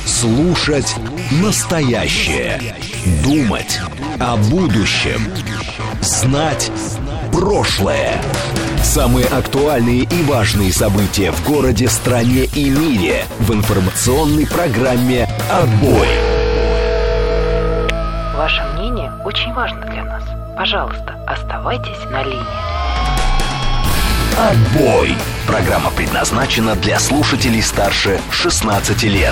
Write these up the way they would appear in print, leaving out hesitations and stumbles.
Слушать настоящее. Думать о будущем. Знать прошлое. Самые актуальные и важные события в городе, стране и мире в информационной программе «Отбой». Ваше мнение очень важно для нас. Пожалуйста, оставайтесь на линии. «Отбой». Программа предназначена для слушателей старше 16 лет.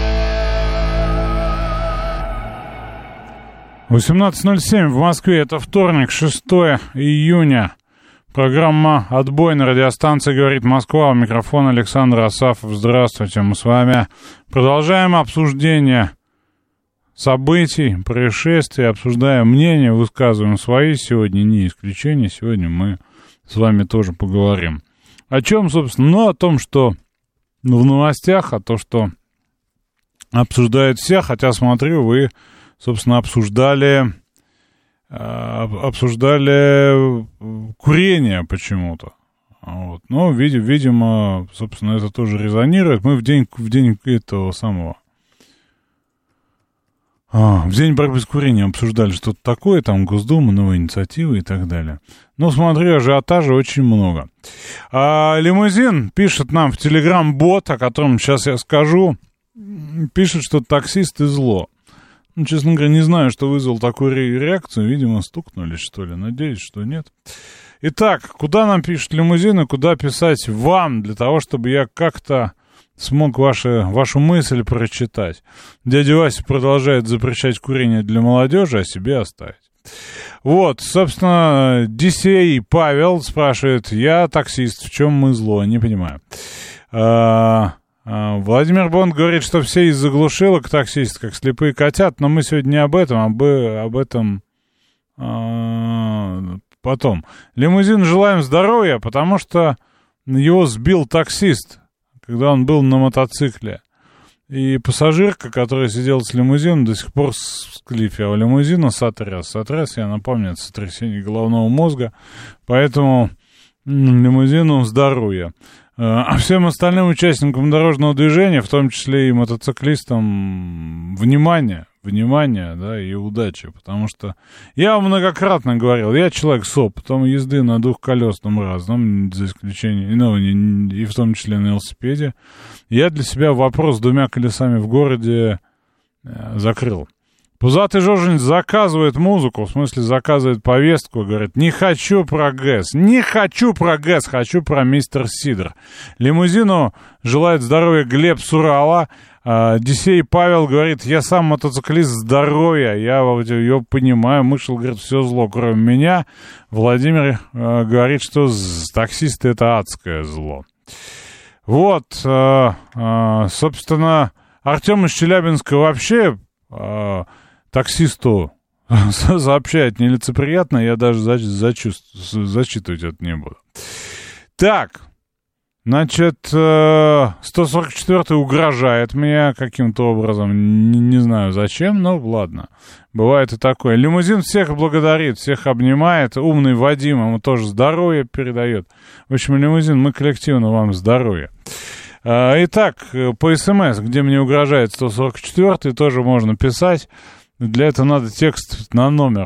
18:07 в Москве. Это вторник, 6 июня. Программа «Отбой» на радиостанции «Говорит Москва». У микрофона Александр Асафов. Здравствуйте. Мы с вами продолжаем обсуждение событий, происшествий, обсуждаем мнения, высказываем свои. Сегодня не исключение. Сегодня мы с вами тоже поговорим. О чем, собственно? Ну, о том, что в новостях, о том, что обсуждают все. Хотя, смотрю, вы, собственно, обсуждали курение почему-то. Вот. Но, видимо, собственно, это тоже резонирует. Мы в день этого самого... в день борьбы с курением обсуждали что-то такое, там Госдума, новые инициативы и так далее. Но, смотрю, ажиотажа очень много. Лимузин пишет нам в Телеграм-бот, о котором сейчас я скажу, пишет, что таксист и зло. Ну, честно говоря, не знаю, что вызвал такую реакцию. Видимо, стукнули, что ли. Надеюсь, что нет. Итак, куда нам пишет Лимузин и куда писать вам, для того, чтобы я как-то смог вашу мысль прочитать. Дядя Вася продолжает запрещать курение для молодежи, а себе оставить. Вот, собственно, DCA Павел спрашивает: я таксист, в чем мы зло? Не понимаю. Владимир Бонд говорит, что все из заглушилок таксисты, как слепые котят, но мы сегодня не об этом, об этом потом. Лимузин желаем здоровья, потому что его сбил таксист, когда он был на мотоцикле. И пассажирка, которая сидела с лимузином, до сих пор в клифе, а у лимузина сотряс. Сотряс, я напомню, это сотрясение головного мозга, поэтому лимузину здоровья. А всем остальным участникам дорожного движения, в том числе и мотоциклистам, внимание, да, и удачи, потому что я вам многократно говорил, я человек с опытом езды на двухколесном разном, за исключением, ну, и в том числе на велосипеде. Я для себя вопрос с двумя колесами в городе закрыл. Пузатый Жожин заказывает музыку, в смысле заказывает повестку, говорит: не хочу про ГЭС, хочу про мистер Сидор. Лимузину желает здоровья Глеб с Урала. Дисей Павел говорит: я сам мотоциклист, здоровья, я ее понимаю. Мышел говорит: все зло, кроме меня. Владимир говорит, что таксисты — это адское зло. Вот, собственно, Артем из Челябинска вообще... таксисту сообщает нелицеприятно, я даже зачитывать это не буду. Так, значит, 144-й угрожает мне каким-то образом, не знаю зачем, но ладно, бывает и такое. Лимузин всех благодарит, всех обнимает, умный Вадим ему тоже здоровье передает. В общем, Лимузин, мы коллективно вам здоровья. Итак, по СМС, где мне угрожает 144-й, тоже можно писать. Для этого надо текст на номер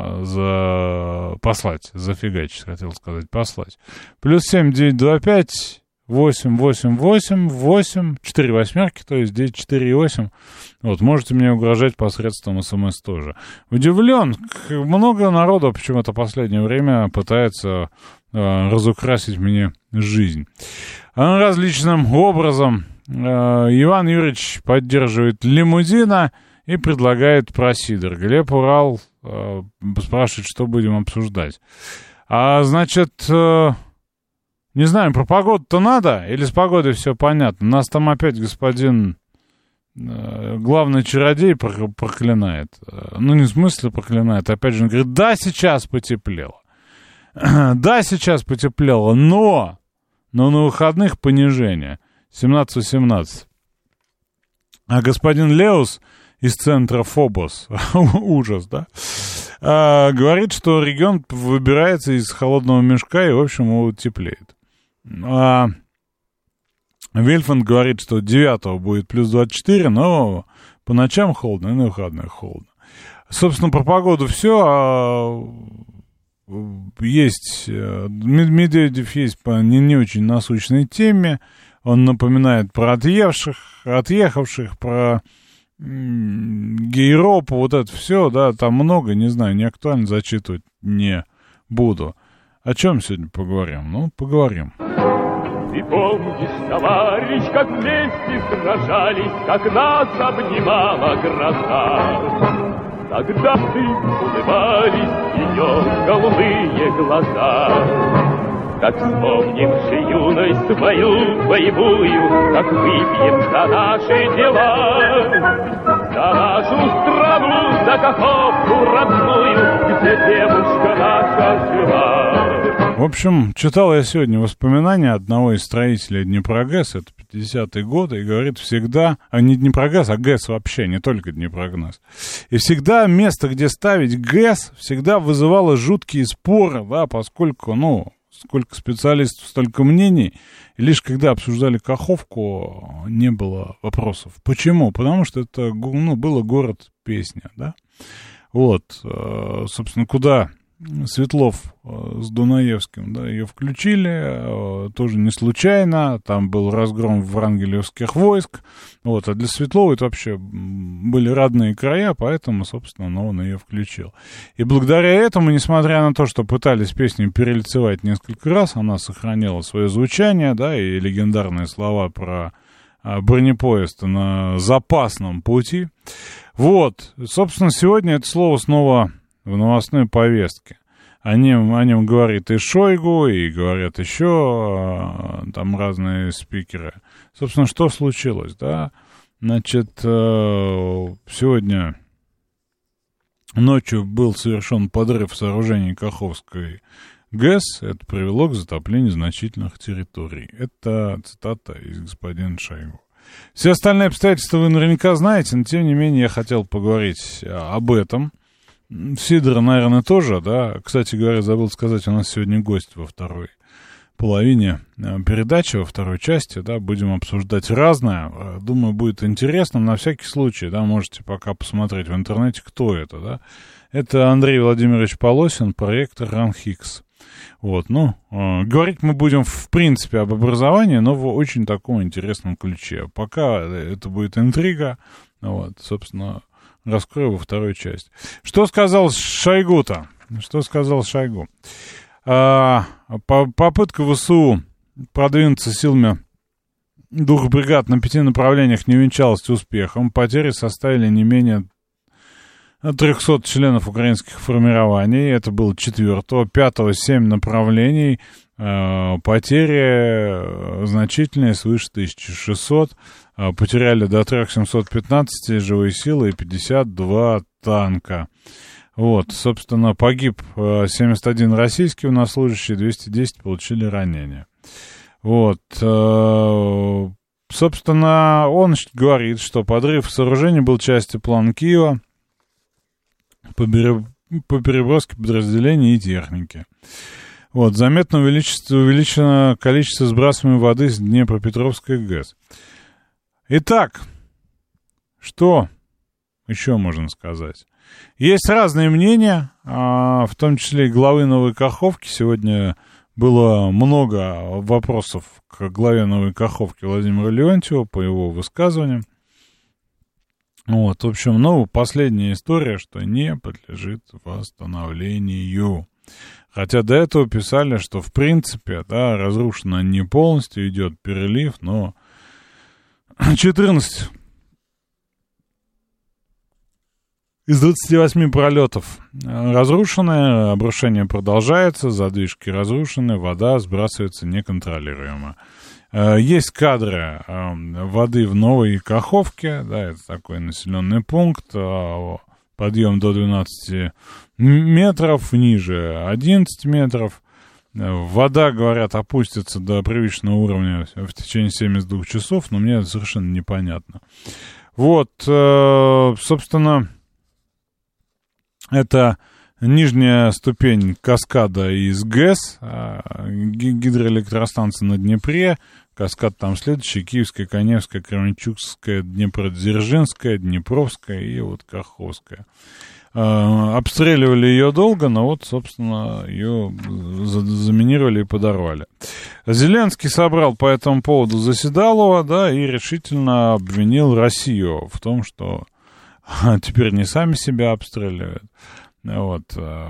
послать, зафигачить, хотел сказать, послать. +7 925 888 8 4 восьмерки, то есть 948. Вот, можете мне угрожать посредством СМС тоже. Удивлен, много народу почему-то в последнее время пытается разукрасить мне жизнь. Различным образом Иван Юрьевич поддерживает Лимузина и предлагает про Сидор. Глеб Урал спрашивает, что будем обсуждать. Значит, не знаю, про погоду-то надо? Или с погодой все понятно? Нас там опять господин главный чародей проклинает. Ну, не в смысле проклинает. Опять же, он говорит: да, сейчас потеплело. Да, сейчас потеплело, но на выходных понижение. 17-18. А господин Леус из центра Фобос, ужас, да, говорит, что регион выбирается из холодного мешка и, в общем, его теплеет. Вильфанд говорит, что 9 будет плюс 24, но по ночам холодно и на выходных холодно. Собственно, про погоду все. Есть Медведев есть по не очень насущной теме. Он напоминает про отъехавших, про Гейропу, вот это все, да, там много, не знаю, не актуально, зачитывать не буду. О чем сегодня поговорим? Ну, поговорим. Ты помнишь, товарищ, как вместе сражались, как нас обнимала гроза? Тогда ты улыбались ее голубые глаза. Как вспомним же юность твою боевую, как выпьем за наши дела, за нашу страну, за Каховку родную, где девушка наша жила. В общем, читал я сегодня воспоминания одного из строителей Днепрогэс, это 50-е годы, и говорит всегда, не Днепрогэс, а ГЭС вообще, не только Днепрогнос. И всегда место, где ставить ГЭС, всегда вызывало жуткие споры, да, поскольку, сколько специалистов, столько мнений. И лишь когда обсуждали Каховку, не было вопросов. Почему? Потому что это, было город-песня, да. Вот, собственно, куда Светлов с Дунаевским, да, ее включили, тоже не случайно, там был разгром врангелевских войск, вот, а для Светлова это вообще были родные края, поэтому, собственно, он ее включил. И благодаря этому, несмотря на то, что пытались песню перелицевать несколько раз, она сохранила свое звучание, да, и легендарные слова про бронепоезд на запасном пути. Вот, собственно, сегодня это слово снова в новостной повестке. О нем говорит и Шойгу, и говорят еще там разные спикеры. Собственно, что случилось, да? Значит, сегодня ночью был совершен подрыв сооружений Каховской ГЭС. Это привело к затоплению значительных территорий. Это цитата из господина Шойгу. Все остальные обстоятельства вы наверняка знаете, но тем не менее я хотел поговорить об этом. Сидора, наверное, тоже, да. Кстати говоря, забыл сказать, у нас сегодня гость во второй половине передачи, во второй части, да. Будем обсуждать разное. Думаю, будет интересно. На всякий случай, да, можете пока посмотреть в интернете, кто это, да. Это Андрей Владимирович Полосин, проектор РАНХикс. Вот, говорить мы будем, в принципе, об образовании, но в очень таком интересном ключе. Пока это будет интрига, вот, собственно, раскрою во второй части. Что сказал Шойгу-то? Что сказал Шойгу? Попытка ВСУ продвинуться силами двух бригад на 5 направлениях не увенчалась успехом. Потери составили не менее 300 членов украинских формирований. Это было 4-го. 5-го 7 направлений. Потери значительные, свыше 1600. Потеряли до 3715 живой силы и 52 танка. Вот, собственно, погиб 71 российский военнослужащий, 210 получили ранения. Вот, собственно, он говорит, что подрыв сооружений был частью плана Киева по переброске подразделений и техники. Вот, заметно увеличено количество сбрасываемой воды с Днепропетровской ГЭС. Итак, что еще можно сказать? Есть разные мнения, в том числе и главы Новой Каховки. Сегодня было много вопросов к главе Новой Каховки Владимиру Леонтьеву по его высказываниям. Вот, в общем, последняя история, что не подлежит восстановлению. Хотя до этого писали, что в принципе, да, разрушено не полностью, идет перелив, но 14 из 28 пролетов разрушены, обрушение продолжается, задвижки разрушены, вода сбрасывается неконтролируемо. Есть кадры воды в Новой Каховке, да, это такой населенный пункт, подъем до 12 метров, ниже 11 метров. Вода, говорят, опустится до привычного уровня в течение 72 часов, но мне это совершенно непонятно. Вот, собственно, это нижняя ступень каскада из ГЭС, гидроэлектростанции на Днепре. Каскад там следующий: Киевская, Каневская, Кременчугская, Днепродзержинская, Днепровская и вот Каховская. Обстреливали ее долго, но вот, собственно, ее заминировали и подорвали. Зеленский собрал по этому поводу заседалово, да, и решительно обвинил Россию в том, что теперь не сами себя обстреливают, вот,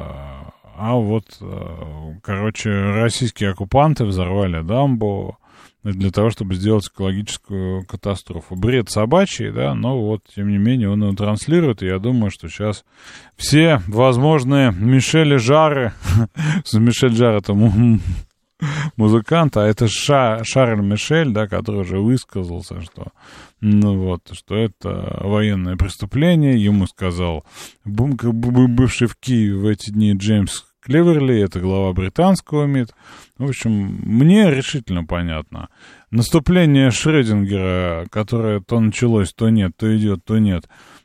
короче, российские оккупанты взорвали дамбу для того, чтобы сделать экологическую катастрофу. Бред собачий, да, но вот, тем не менее, он его транслирует, и я думаю, что сейчас все возможные Мишель Жары, Мишель Жар — это музыкант, а это Шарль Мишель, да, который уже высказался, что, что это военное преступление. Ему сказал бывший в Киеве в эти дни Джеймс Клеверли, это глава британского МИД. В общем, мне решительно понятно. Наступление Шрёдингера, которое то началось, то нет, то идет, то нет,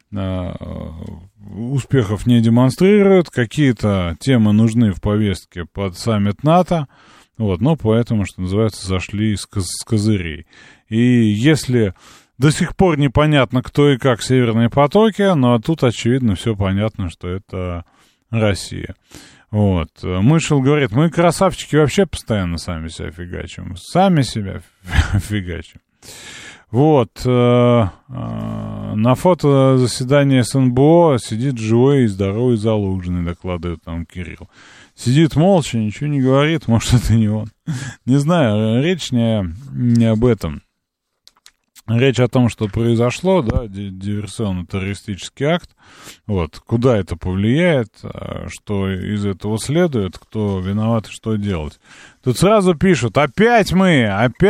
успехов не демонстрирует. Какие-то темы нужны в повестке под саммит НАТО. Вот, но поэтому, что называется, зашли с козырей. И если до сих пор непонятно, кто и как северные потоки, но тут, очевидно, все понятно, что это Россия. Вот. Мышел говорит, мы, красавчики, вообще постоянно сами себя фигачим. Сами себя фигачим. Вот. На фото заседания СНБО сидит живой и здоровый Залужный, докладывает там Кирилл. Сидит молча, ничего не говорит, может, это не он. Не знаю, речь не об этом. Речь о том, что произошло, да, диверсионно-террористический акт. Вот, куда это повлияет, что из этого следует, кто виноват и что делать. Тут сразу пишут, опять мы,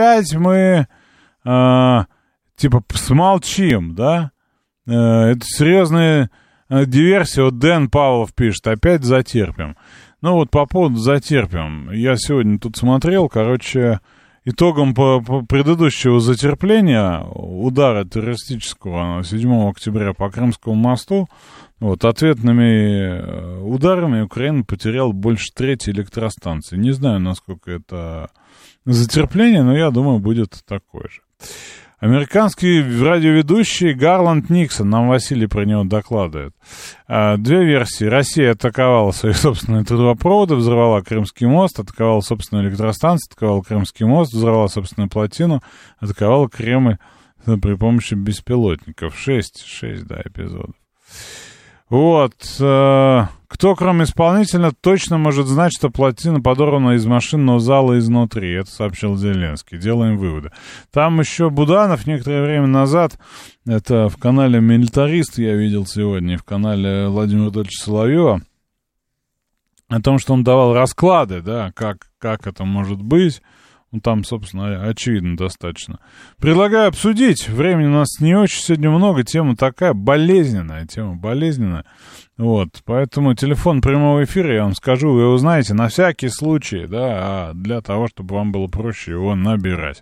типа, смолчим, да. Это серьезная диверсия. Вот Дэн Павлов пишет, опять затерпим. Ну вот по поводу затерпим. Я сегодня тут смотрел, короче, итогом по предыдущего затерпления удара террористического 7 октября по Крымскому мосту, вот, ответными ударами Украина потеряла больше трети электростанций. Не знаю, насколько это затерпление, но я думаю, будет такое же. Американский радиоведущий Гарланд Никсон, нам Василий про него докладывает. Две версии. Россия атаковала свои собственные трубопроводы, взорвала Крымский мост, атаковала собственную электростанцию, атаковала Крымский мост, взорвала собственную плотину, атаковала Кремль при помощи беспилотников. 6 эпизодов. Вот. Кто, кроме исполнителя, точно может знать, что плотина подорвана из машинного зала изнутри. Это сообщил Зеленский. Делаем выводы. Там еще Буданов некоторое время назад, это в канале «Милитарист» я видел сегодня, в канале Владимира Анатольевича Соловьева, о том, что он давал расклады, да, как это может быть. Ну, там, собственно, очевидно достаточно. Предлагаю обсудить. Времени у нас не очень сегодня много. Тема такая болезненная. Вот. Поэтому телефон прямого эфира, я вам скажу, вы узнаете на всякий случай, да, для того, чтобы вам было проще его набирать.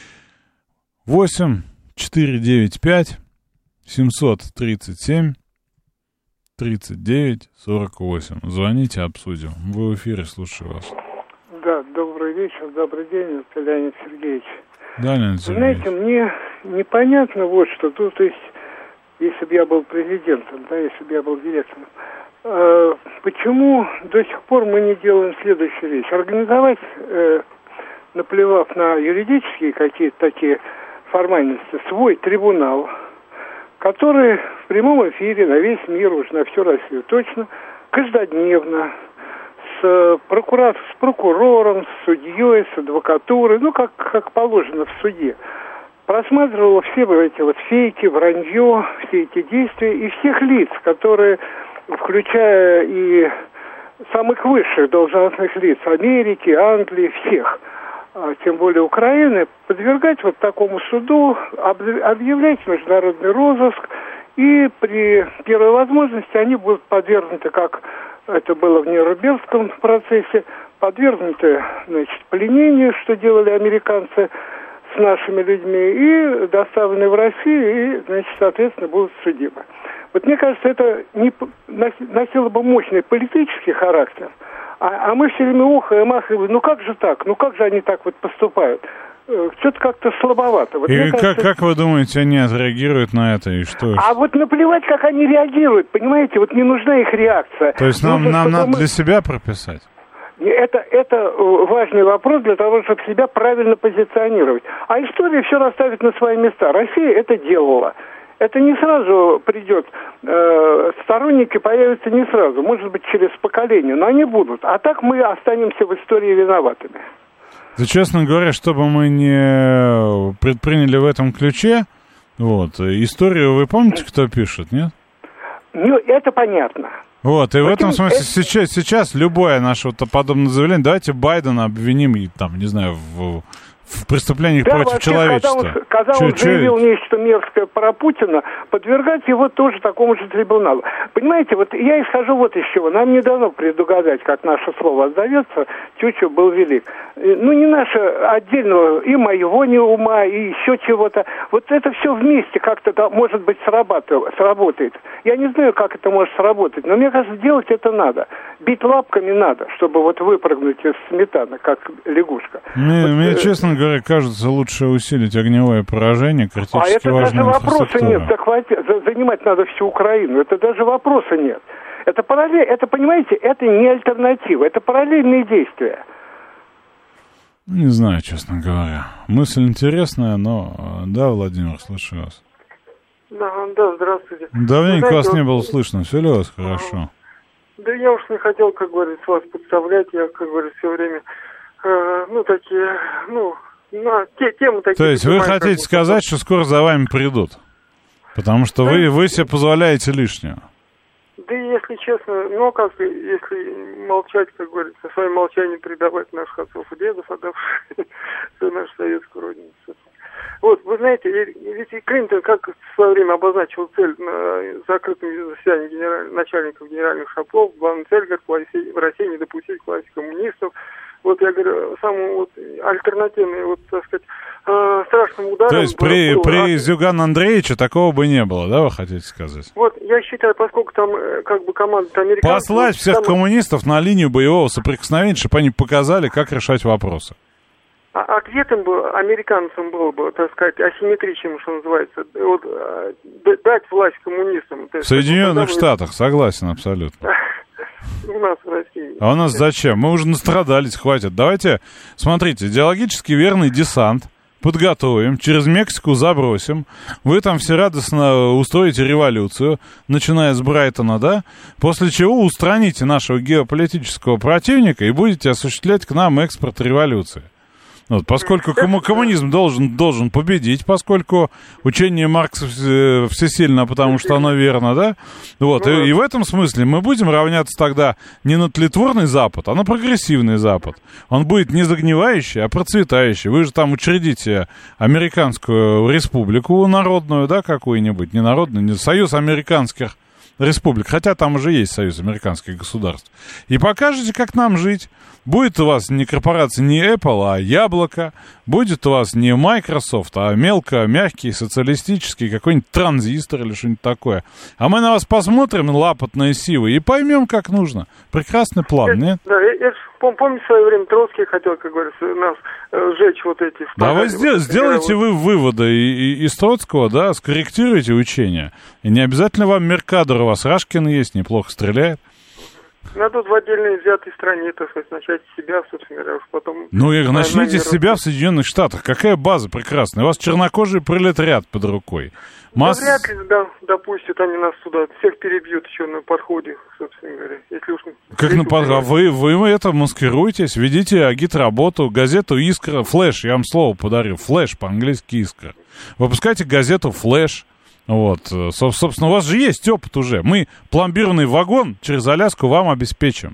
8-495-737-39-48. Звоните, обсудим. Вы в эфире, слушаю вас. Да, добрый вечер, добрый день, Леонид Сергеевич. Да, Леонид Сергеевич. Знаете, мне непонятно вот что. Тут, то есть, если бы я был президентом, да, если бы я был директором, почему до сих пор мы не делаем следующую вещь? Организовать, наплевав на юридические какие-то такие формальности, свой трибунал, который в прямом эфире на весь мир, уж на всю Россию точно, каждодневно, с прокурором, с судьей, с адвокатурой, ну, как положено в суде, просматривала все эти вот фейки, вранье, все эти действия и всех лиц, которые, включая и самых высших должностных лиц Америки, Англии, всех, тем более Украины, подвергать вот такому суду, объявлять международный розыск, и при первой возможности они будут подвергнуты, как это было в Нюрнбергском процессе, подвергнуты, значит, пленению, что делали американцы с нашими людьми и доставлены в Россию, и, значит, соответственно, будут судимы. Вот мне кажется, это носило бы мощный политический характер, а мы все время ухаем, ахаем, ну как же так, ну как же они так вот поступают? Что-то как-то слабовато. Вот и кажется, как вы думаете, они отреагируют на это, и что? А вот наплевать, как они реагируют, понимаете, вот не нужна их реакция. То есть нам надо для себя прописать? Это важный вопрос для того, чтобы себя правильно позиционировать. А история все расставит на свои места. Россия это делала. Это не сразу придет, сторонники появятся не сразу, может быть, через поколение, но они будут. А так мы останемся в истории виноватыми. Да, честно говоря, что бы мы не предприняли в этом ключе, вот, историю вы помните, кто пишет, нет? Ну, это понятно. Вот, и в этом смысле сейчас любое наше вот подобное заявление, давайте Байдена обвиним, там, не знаю, в преступлениях против человечества. Когда он заявил нечто мерзкое про Путина, подвергать его тоже такому же трибуналу. Понимаете, вот я исхожу вот из чего. Нам не дано предугадать, как наше слово отзовется. Чучу был велик. Ну, не наше отдельного, и моего не ума, и еще чего-то. Вот это все вместе как-то, может быть, сработает. Я не знаю, как это может сработать, но мне кажется, делать это надо. Бить лапками надо, чтобы вот выпрыгнуть из сметаны, как лягушка. Мне, честно говоря, кажется, лучше усилить огневое поражение критически важной инфраструктуры. А это даже вопроса нет, занимать надо всю Украину, это даже вопроса нет. Это понимаете, это не альтернатива, это параллельные действия. Не знаю, честно говоря. Мысль интересная, но... Да, Владимир, слушаю вас. Да, здравствуйте. Давненько вас не было слышно, все ли у вас хорошо? Да я уж не хотел, как говорится, вас подставлять, я, как говорится, все время, темы такие... То есть вы хотите сказать, что скоро за вами придут? Потому что вы себе позволяете лишнего. Да если честно, если молчать, как говорится, своим молчанием предавать наших отцов и дедов, отдавших нашу советскую родину. Вот, вы знаете, ведь и Клинтон как в свое время обозначил цель на закрытом заседании начальников генеральных штабов, главная цель, говорит, в России не допустить к власти коммунистов. Вот я говорю, самым вот альтернативный, вот, так сказать, страшным ударом... То есть при Зюган Андреевиче такого бы не было, да, вы хотите сказать? Вот, я считаю, поскольку там как бы команда американцев... Послать всех коммунистов на линию боевого соприкосновения, чтобы они показали, как решать вопросы. Ответом бы американцам было бы, так сказать, асимметричным, что называется, вот, дать власть коммунистам. В Соединенных Штатах, согласен абсолютно. У нас в России. А у нас зачем? Мы уже настрадались, хватит. Давайте, смотрите, идеологически верный десант подготовим, через Мексику забросим. Вы там все радостно устроите революцию, начиная с Брайтона, да? После чего устраните нашего геополитического противника и будете осуществлять к нам экспорт революции. Вот, поскольку коммунизм должен победить, поскольку учение Маркса всесильно, потому что оно верно, да? Вот, и в этом смысле мы будем равняться тогда не на тлетворный Запад, а на прогрессивный Запад. Он будет не загнивающий, а процветающий. Вы же там учредите американскую республику народную, да, какую-нибудь, не народную, не Союз американских республик, хотя там уже есть Союз американских государств. И покажете, как нам жить. Будет у вас не корпорация, не Apple, а Яблоко. Будет у вас не Microsoft, а мягкий, социалистический, какой-нибудь транзистор или что-нибудь такое. А мы на вас посмотрим, лапотные сивы, и поймем, как нужно. Прекрасный план, нет? Да, я помню, в свое время Троцкий хотел, как говорится, нас сжечь вот эти... Да вы сделайте вы выводы из Троцкого, да, скорректируйте учения. И не обязательно вам Меркадор, у вас Рашкин есть, неплохо стреляет. Надо в отдельно взятой стране, так сказать, начать с себя, собственно говоря, уж потом... Ну и начните с себя в Соединенных Штатах. Какая база прекрасная. У вас чернокожий пролетариат под рукой. Да вряд ли, да, допустят они нас туда. Всех перебьют еще на подходе, собственно говоря. Если уж... Как на подходе? Вы это маскируйтесь, ведите агитработу, газету «Искра», «Флэш», я вам слово подарю, «Флэш», по-английски «Искра». Выпускайте газету «Флэш». Вот, собственно, у вас же есть опыт уже. Мы пломбированный вагон через Аляску вам обеспечим.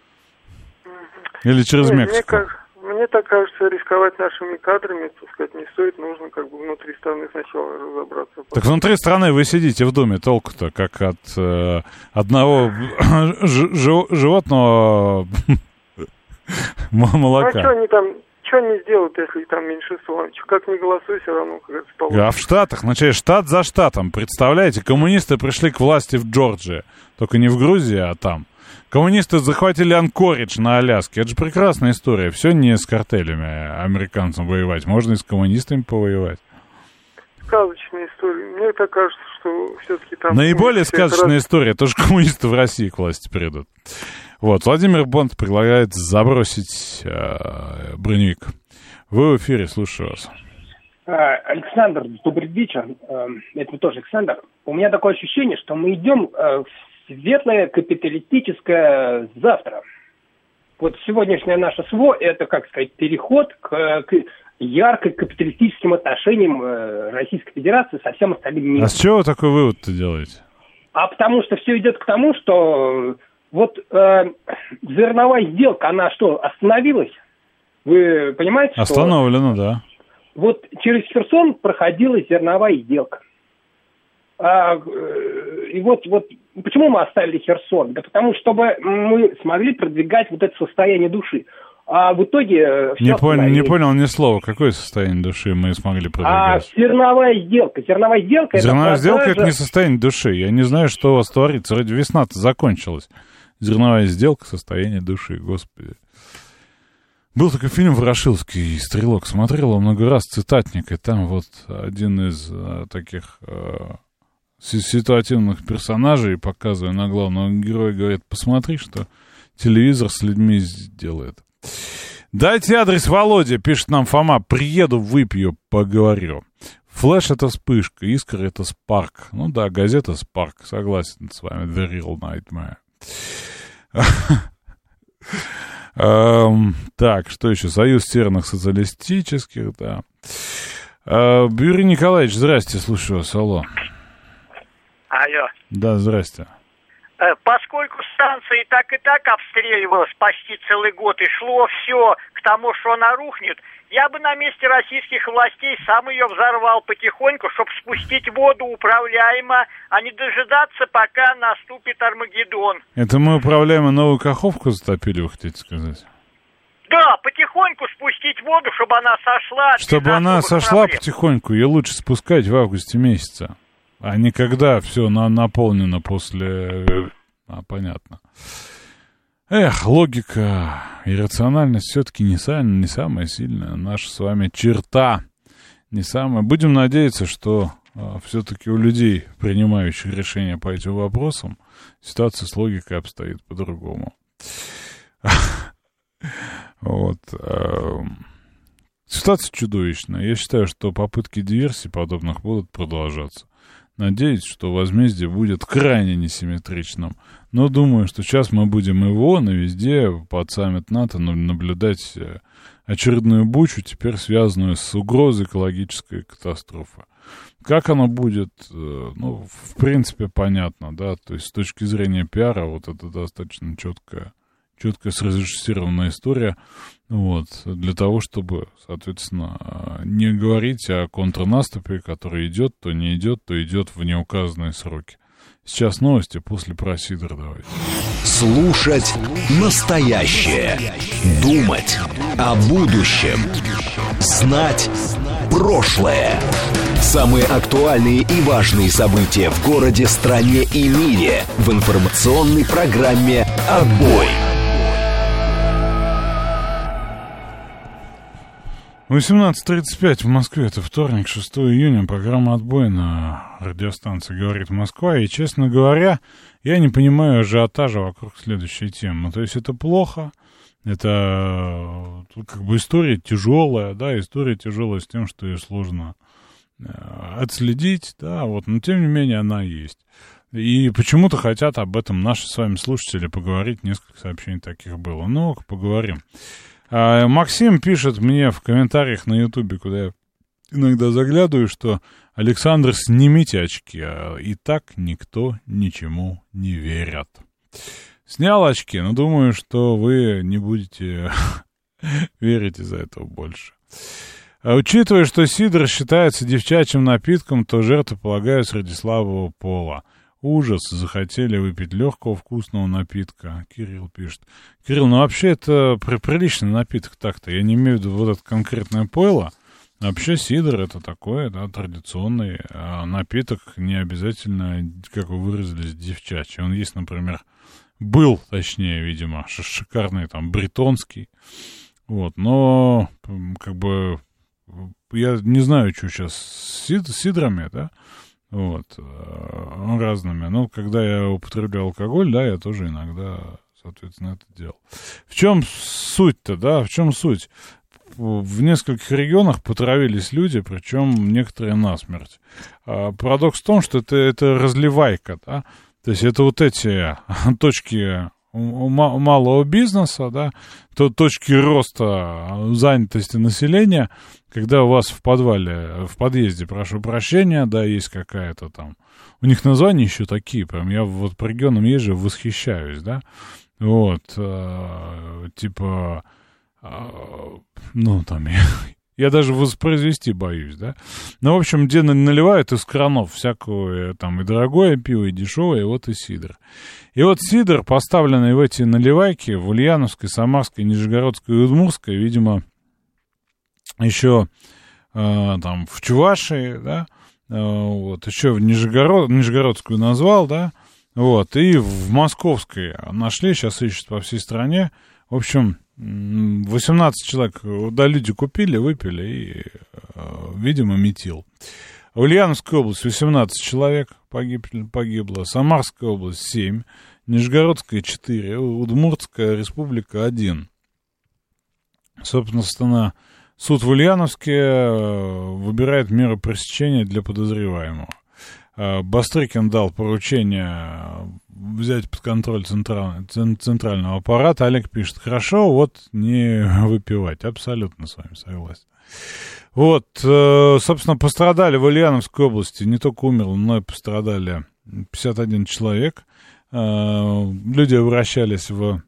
Или через Мексику. Мне так кажется, рисковать нашими кадрами, так сказать, не стоит. Нужно как бы внутри страны сначала разобраться. Так внутри страны вы сидите в доме, толку-то, как от одного животного молока. А что что они сделают, если там меньшинство? Как ни голосуй, все равно, как это получится. А в Штатах, значит, штат за штатом, представляете, коммунисты пришли к власти в Джорджии, только не в Грузии, а там. Коммунисты захватили Анкоридж на Аляске. Это же прекрасная история. Все не с картелями американцам воевать, можно и с коммунистами повоевать. Сказочная история. Мне так кажется, что все-таки там... Наиболее сказочная история, то, что коммунисты в России к власти придут. Вот, Владимир Бонд предлагает забросить броневик. Вы в эфире, слушаю вас. Александр, добрый вечер. Это тоже Александр. У меня такое ощущение, что мы идем в светлое капиталистическое завтра. Вот сегодняшнее наше СВО – это, как сказать, переход к ярко капиталистическим отношениям Российской Федерации со всем остальным миром. А с чего вы такой вывод-то делаете? А потому что все идет к тому, что вот зерновая сделка, она что, остановилась? Вы понимаете, что... Остановлена, да. Вот через Херсон проходила зерновая сделка. И вот почему мы оставили Херсон? Да потому что чтобы мы смогли продвигать вот это состояние души. А в итоге... Не понял ни слова. Какое состояние души мы смогли продвигать? Зерновая сделка. Зерновая сделка это не состояние души. Я не знаю, что у вас творится. Вроде весна-то закончилась. Зерновая сделка, состояние души, господи. Был такой фильм «Ворошиловский стрелок». Смотрел его много раз, «Цитатник». И там вот один из таких ситуативных персонажей, показывая на главного героя, говорит: посмотри, что телевизор с людьми сделает. Дайте адрес Володе, пишет нам Фома. Приеду, выпью, поговорю. Флэш — это вспышка, Искра — это спарк. Ну да, газета «Спарк», согласен с вами. The Real Nightmare. Так, что еще? Союз северных социалистических, да. Юрий Николаевич, здрасте, слушаю вас, алло. Алло. Да, здрасте. Поскольку станция и так обстреливалась почти целый год, и шло все к тому, что она рухнет, я бы на месте российских властей сам ее взорвал потихоньку, чтобы спустить воду управляемо, а не дожидаться, пока наступит Армагеддон. Это мы управляемо Новую Каховку затопили, вы хотите сказать? Да, потихоньку спустить воду, чтобы она сошла. Чтобы она сошла проблем. Потихоньку, ее лучше спускать в августе месяце. А не когда все наполнено после... понятно. Эх, логика и рациональность все-таки не самая сильная. Наша с вами черта не самая. Будем надеяться, что все-таки у людей, принимающих решения по этим вопросам, ситуация с логикой обстоит по-другому. Вот. Ситуация чудовищная. Я считаю, что попытки диверсий подобных будут продолжаться. Надеюсь, что возмездие будет крайне несимметричным. Но думаю, что сейчас мы будем и в ООН, и везде под саммит НАТО наблюдать очередную бучу, теперь связанную с угрозой экологической катастрофы. Как оно будет, ну, в принципе, понятно, да, то есть с точки зрения пиара вот это достаточно четкая срежиссированная история, вот, для того, чтобы, соответственно, не говорить о контрнаступе, который идет, то не идет, то идет в неуказанные сроки. Сейчас новости, после про Сидор давайте. Слушать настоящее. Думать о будущем. Знать прошлое. Самые актуальные и важные события в городе, стране и мире в информационной программе «Отбой». 18:35 в Москве, это вторник, 6 июня, программа «Отбой» на радиостанции «Говорит Москва». И, честно говоря, я не понимаю ажиотажа вокруг следующей темы. То есть это плохо, это как бы история тяжелая, да, история тяжелая с тем, что ее сложно отследить, да, вот, но тем не менее она есть. И почему-то хотят об этом наши с вами слушатели поговорить, несколько сообщений таких было. Ну, поговорим. Максим пишет мне в комментариях на Ютубе, куда я иногда заглядываю, что Александр, снимите очки, и так никто ничему не верит. Снял очки, но думаю, что вы не будете верить из-за этого больше. Учитывая, что сидр считается девчачьим напитком, то жертвы полагают среди слабого пола. Ужас, захотели выпить легкого вкусного напитка. Кирилл пишет. Кирилл, ну вообще это приличный напиток так-то. Я не имею в виду вот это конкретное пойло. Вообще сидр это такой, да, традиционный напиток, не обязательно, как вы выразились, девчачий. Он есть, например, был, точнее, видимо, шикарный там бретонский. Вот, но как бы я не знаю, что сейчас с сидрами, да, вот, разными. Но когда я употреблял алкоголь, да, я тоже иногда, соответственно, это делал. В чем суть-то, да, в чем суть? В нескольких регионах потравились люди, причем некоторые насмерть. Парадокс в том, что это разливайка, да, то есть это вот эти точки малого бизнеса, да, точки роста занятости населения, когда у вас в подвале, в подъезде, прошу прощения, да, есть какая-то там, у них названия еще такие, прям я вот по регионам езжу, восхищаюсь, да, вот, типа, ну, там, я даже воспроизвести боюсь, да. Ну, в общем, где наливают из кранов всякое, там, и дорогое пиво, и дешевое, и вот и сидр. И вот сидр, поставленный в эти наливайки, в Ульяновской, Самарской, Нижегородской и Удмуртской, видимо, еще там в Чувашии, да, вот, еще в Нижегородскую назвал, да, вот, и в Московской нашли, сейчас ищут по всей стране, в общем, 18 человек, да, люди купили, выпили и, видимо, метил. В Ульяновской области 18 человек погибло, Самарская область 7, Нижегородская 4, Удмуртская республика 1. Собственно, суд в Ульяновске выбирает меры пресечения для подозреваемого. Бастрыкин дал поручение взять под контроль центрального аппарата. Олег пишет, хорошо, вот не выпивать. Абсолютно с вами согласен. Вот, собственно, пострадали в Ульяновской области, не только умерло, но и пострадали 51 человек. Люди обращались в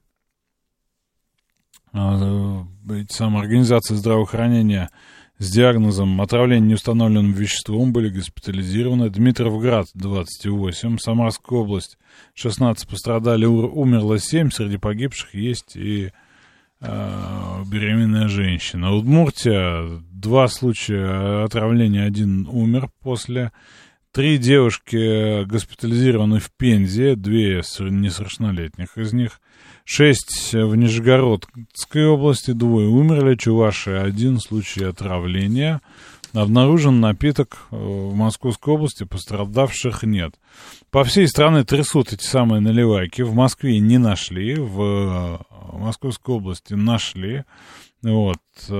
эти самые организации здравоохранения с диагнозом отравления неустановленным веществом, были госпитализированы. Дмитровград 28, Самарская область 16 пострадали, умерло 7, среди погибших есть и беременная женщина. Удмуртия 2 случая отравления, 1 умер после. 3 девушки госпитализированы в Пензе, 2 несовершеннолетних из них. 6 в Нижегородской области, 2 умерли, Чувашия 1 случай отравления. Обнаружен напиток в Московской области, пострадавших нет. По всей стране трясут эти самые наливайки. В Москве не нашли, в Московской области нашли. Вот.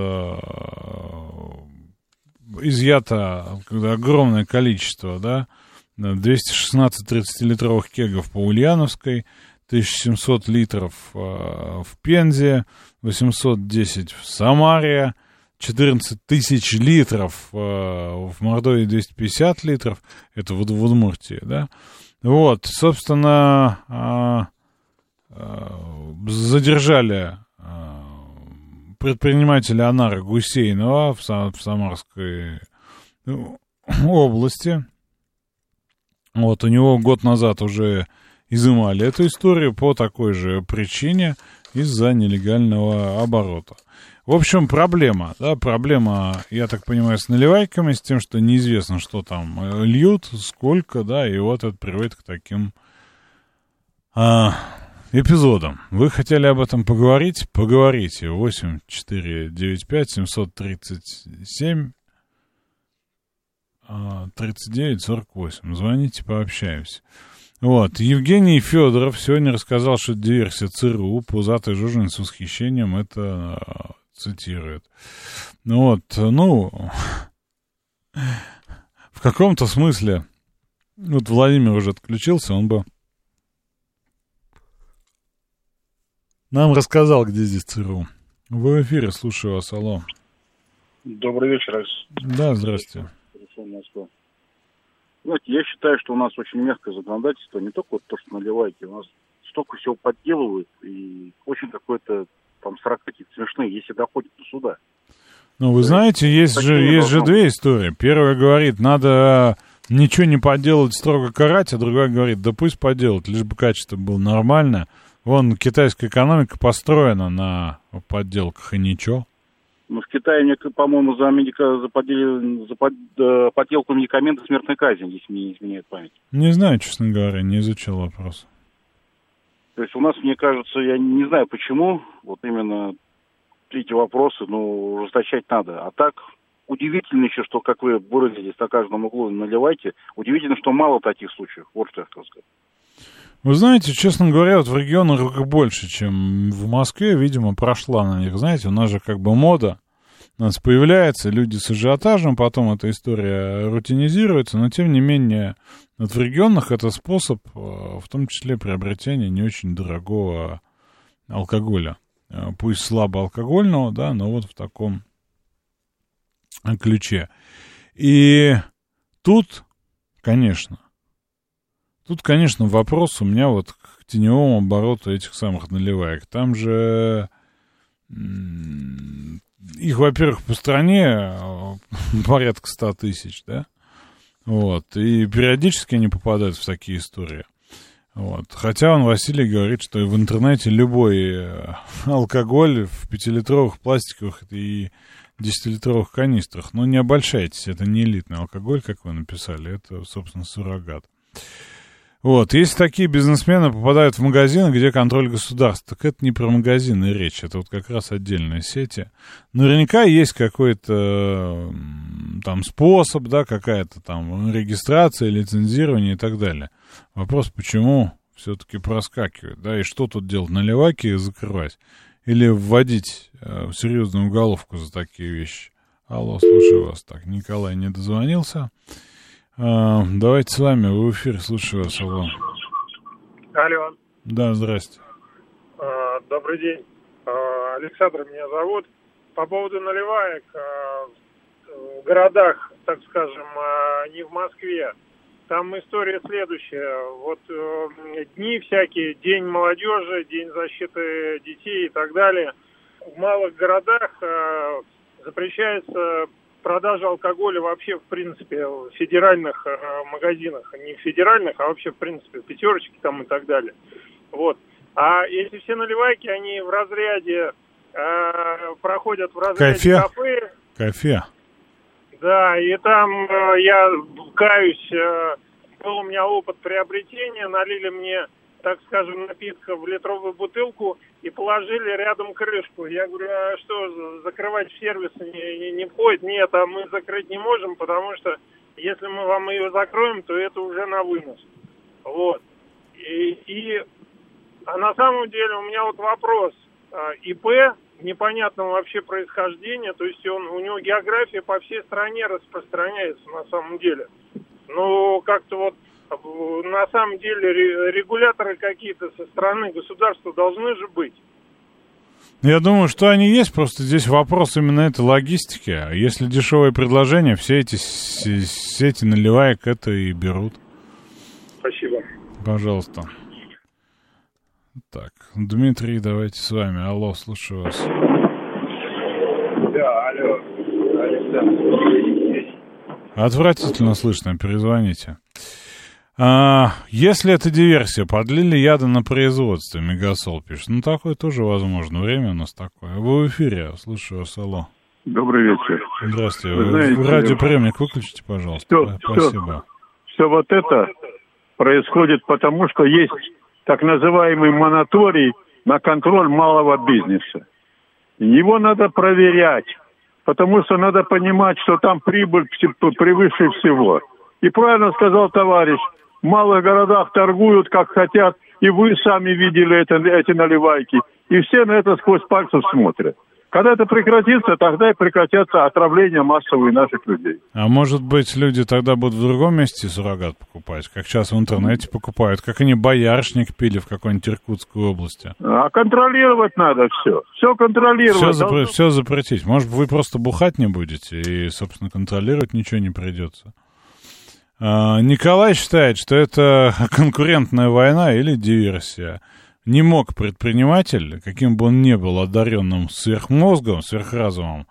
Изъято огромное количество, да, 216 30-литровых кегов по Ульяновской, 1700 литров в Пензе, 810 в Самаре, 14 тысяч литров в Мордовии, 250 литров, это в Удмуртии, да. Вот, собственно, задержали предпринимателя Анара Гусейнова в Самарской области. Вот, у него год назад уже изымали эту историю по такой же причине из-за нелегального оборота. В общем, проблема, да, проблема, я так понимаю, с наливайками, с тем, что неизвестно, что там льют, сколько, да, и вот это приводит к таким эпизодам. Вы хотели об этом поговорить? Поговорите. 8-4-9-5-737 39-48. Звоните, пообщаемся. Вот. Евгений Федоров сегодня рассказал, что это диверсия ЦРУ. Пузатый Жужин с восхищением это цитирует. Вот. Ну, в каком-то смысле, вот Владимир уже отключился, он бы нам рассказал, где здесь ЦРУ. Вы в эфире, слушаю вас, алло. Добрый вечер. Да, здравствуйте. Знаете, я считаю, что у нас очень мягкое законодательство, не только вот то, что наливаете, у нас столько всего подделывают, и очень какой-то там срак какие-то смешные, если доходит до суда. Ну, вы знаете, есть же 2 истории. Первая говорит, надо ничего не поделать, строго карать, а другой говорит, да пусть поделают, лишь бы качество было нормальное. Вон китайская экономика построена на подделках, и ничего. Ну, в Китае, мне, по-моему, за подделку медикаментов смертная казнь, если мне не изменяет память. Не знаю, честно говоря, не изучил вопрос. То есть у нас, мне кажется, я не знаю почему, вот именно эти вопросы, ужесточать надо. А так, удивительно еще, что, как вы выразились, на каждом углу наливайте, удивительно, что мало таких случаев. Вот что я хотел сказать. Вы знаете, честно говоря, вот в регионах больше, чем в Москве, видимо, прошла на них. Знаете, у нас же как бы мода, у нас появляется, люди с ажиотажем, потом эта история рутинизируется, но тем не менее, вот в регионах это способ, в том числе приобретения не очень дорогого алкоголя. Пусть слабоалкогольного, да, но вот в таком ключе. И тут, конечно, вопрос у меня вот к теневому обороту этих самых наливаек. Там же их, во-первых, по стране порядка 100 тысяч, да? Вот. И периодически они попадают в такие истории. Вот. Хотя Василий говорит, что в интернете любой алкоголь в 5-литровых пластиковых и 10-литровых канистрах. Но не обольщайтесь, это не элитный алкоголь, как вы написали, это, собственно, суррогат. Вот, если такие бизнесмены попадают в магазины, где контроль государства, так это не про магазины речь, это вот как раз отдельные сети. Наверняка есть какой-то там способ, да, какая-то там регистрация, лицензирование и так далее. Вопрос, почему все-таки проскакивает, да, и что тут делать, наливайки и закрывать? Или вводить в серьезную уголовку за такие вещи? Алло, слушаю вас. Так, Николай не дозвонился. Давайте с вами, вы в эфире, слушаю вас, алло. Алло. Да, здрасте. Добрый день. Александр меня зовут. По поводу наливаек в городах, так скажем, не в Москве, там история следующая. Вот дни всякие, День молодежи, День защиты детей и так далее. В малых городах запрещается продажа алкоголя вообще, в принципе, в федеральных магазинах. Не в федеральных, а вообще, в принципе, в пятерочке там и так далее. Вот. А если все наливайки, они в разряде, проходят в разряде кафе. Кафе. Да, и там я каюсь, был у меня опыт приобретения, налили мне, так скажем, напитка в литровую бутылку и положили рядом крышку. Я говорю, а что, закрывать в сервис не входит? Нет, а мы закрыть не можем, потому что если мы вам ее закроем, то это уже на вынос. Вот. А на самом деле у меня вот вопрос. ИП непонятного вообще происхождения, то есть у него география по всей стране распространяется на самом деле. Но как-то вот на самом деле регуляторы какие-то со стороны государства должны же быть. Я думаю, что они есть, просто здесь вопрос именно этой логистики. Если дешевое предложение, все эти сети наливаек это и берут. Спасибо. Пожалуйста. Так, Дмитрий, давайте с вами. Алло, слушаю вас. Да, алло, Александр. Отвратительно слышно, перезвоните. Если это диверсия, подлили яда на производстве, Мегасол пишет. Ну, такое тоже возможно, время у нас такое. Вы в эфире, слушаю вас, алло. Добрый вечер. Здравствуйте. Вы радиоприемник выключите, пожалуйста. Спасибо. Все вот это происходит потому, что есть так называемый мораторий на контроль малого бизнеса. Его надо проверять, потому что надо понимать, что там прибыль превыше всего. И правильно сказал товарищ, в малых городах торгуют как хотят, и вы сами видели эти наливайки, и все на это сквозь пальцев смотрят. Когда это прекратится, тогда и прекратятся отравления массовые наших людей. А может быть, люди тогда будут в другом месте суррогат покупать, как сейчас в интернете покупают, как они боярышник пили в какой-нибудь Иркутской области. А контролировать надо все. Все контролировать. Все запретить. Может, вы просто бухать не будете, и, собственно, контролировать ничего не придется. Николай считает, что это конкурентная война или диверсия. Не мог предприниматель, каким бы он ни был одаренным сверхмозгом, сверхразумом,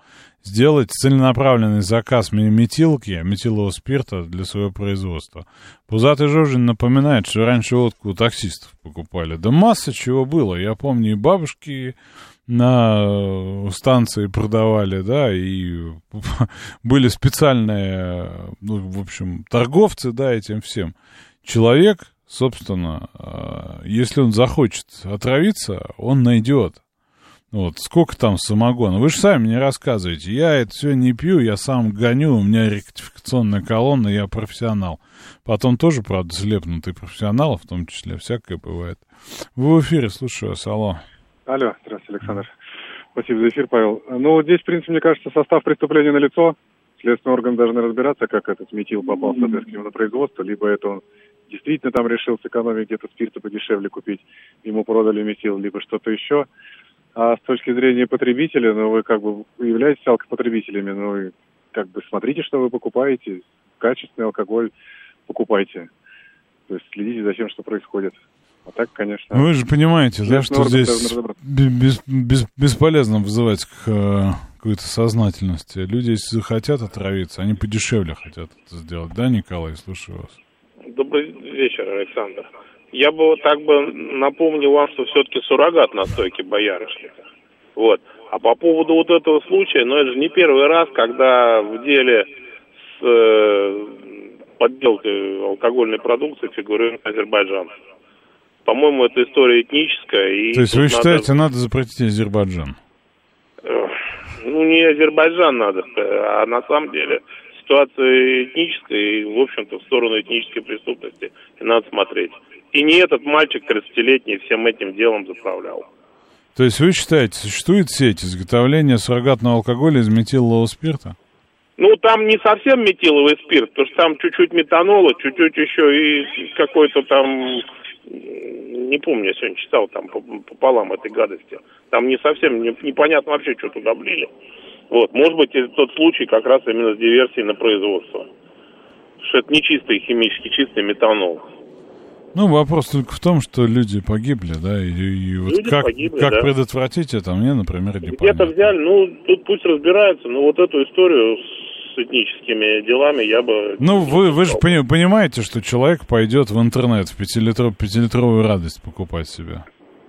сделать целенаправленный заказ метилки, метилового спирта для своего производства. Пузатый Жожин напоминает, что раньше водку у таксистов покупали. Да масса чего было. Я помню, и бабушки на станции продавали, да, и были специальные, ну, в общем, торговцы, да, этим всем. Человек, собственно, если он захочет отравиться, он найдет. Вот, сколько там самогона? Вы же сами не рассказываете. Я это все не пью, я сам гоню, у меня ректификационная колонна, я профессионал. Потом тоже, правда, слепнутый профессионал, в том числе, всякое бывает. Вы в эфире, слушаю вас, алло. Алло, здравствуйте, Александр. Спасибо за эфир, Павел. Ну, здесь, в принципе, мне кажется, состав преступления налицо. Следственный орган должен разбираться, как этот метил попал в соответственно на производство, либо это он действительно там решил сэкономить, где-то спирта подешевле купить, ему продали метил, либо что-то еще. А с точки зрения потребителя, ну, вы как бы являетесь алкопотребителями, ну, и как бы смотрите, что вы покупаете, качественный алкоголь покупайте. То есть следите за тем, что происходит. А так, конечно... Вы же понимаете, да, что здесь бесполезно вызывать к какой-то сознательности. Люди, если захотят отравиться, они подешевле хотят это сделать. Да, Николай, слушаю вас. Добрый вечер, Александр. Я бы вот так бы напомнил вам, что все-таки суррогат настойки боярышника. Вот. А по поводу вот этого случая, ну это же не первый раз, когда в деле с подделкой алкогольной продукции фигурирует Азербайджан. По-моему, это история этническая. И то есть вы считаете, надо запретить Азербайджан? Ну, не Азербайджан надо, а на самом деле ситуация этническая, и, в общем-то, в сторону этнической преступности и надо смотреть. И не этот мальчик 30-летний всем этим делом заправлял. То есть вы считаете, существует сеть изготовления суррогатного алкоголя из метилового спирта? Ну, там не совсем метиловый спирт, потому что там чуть-чуть метанола, чуть-чуть еще и какой-то там... Не помню, я сегодня читал там пополам этой гадости. Там не совсем непонятно вообще, что туда влили. Вот, может быть, это тот случай как раз именно с диверсией на производство. Что это не чистый химический, чистый метанол. Ну, вопрос только в том, что люди погибли, да, и вот люди как погибли, да. Предотвратить это, мне, например, не понятно. Где-то взяли, ну, тут пусть разбираются, но вот эту историю с этническими делами я бы... Ну, вы же понимаете, что человек пойдет в интернет в 5-литровую радость покупать себе.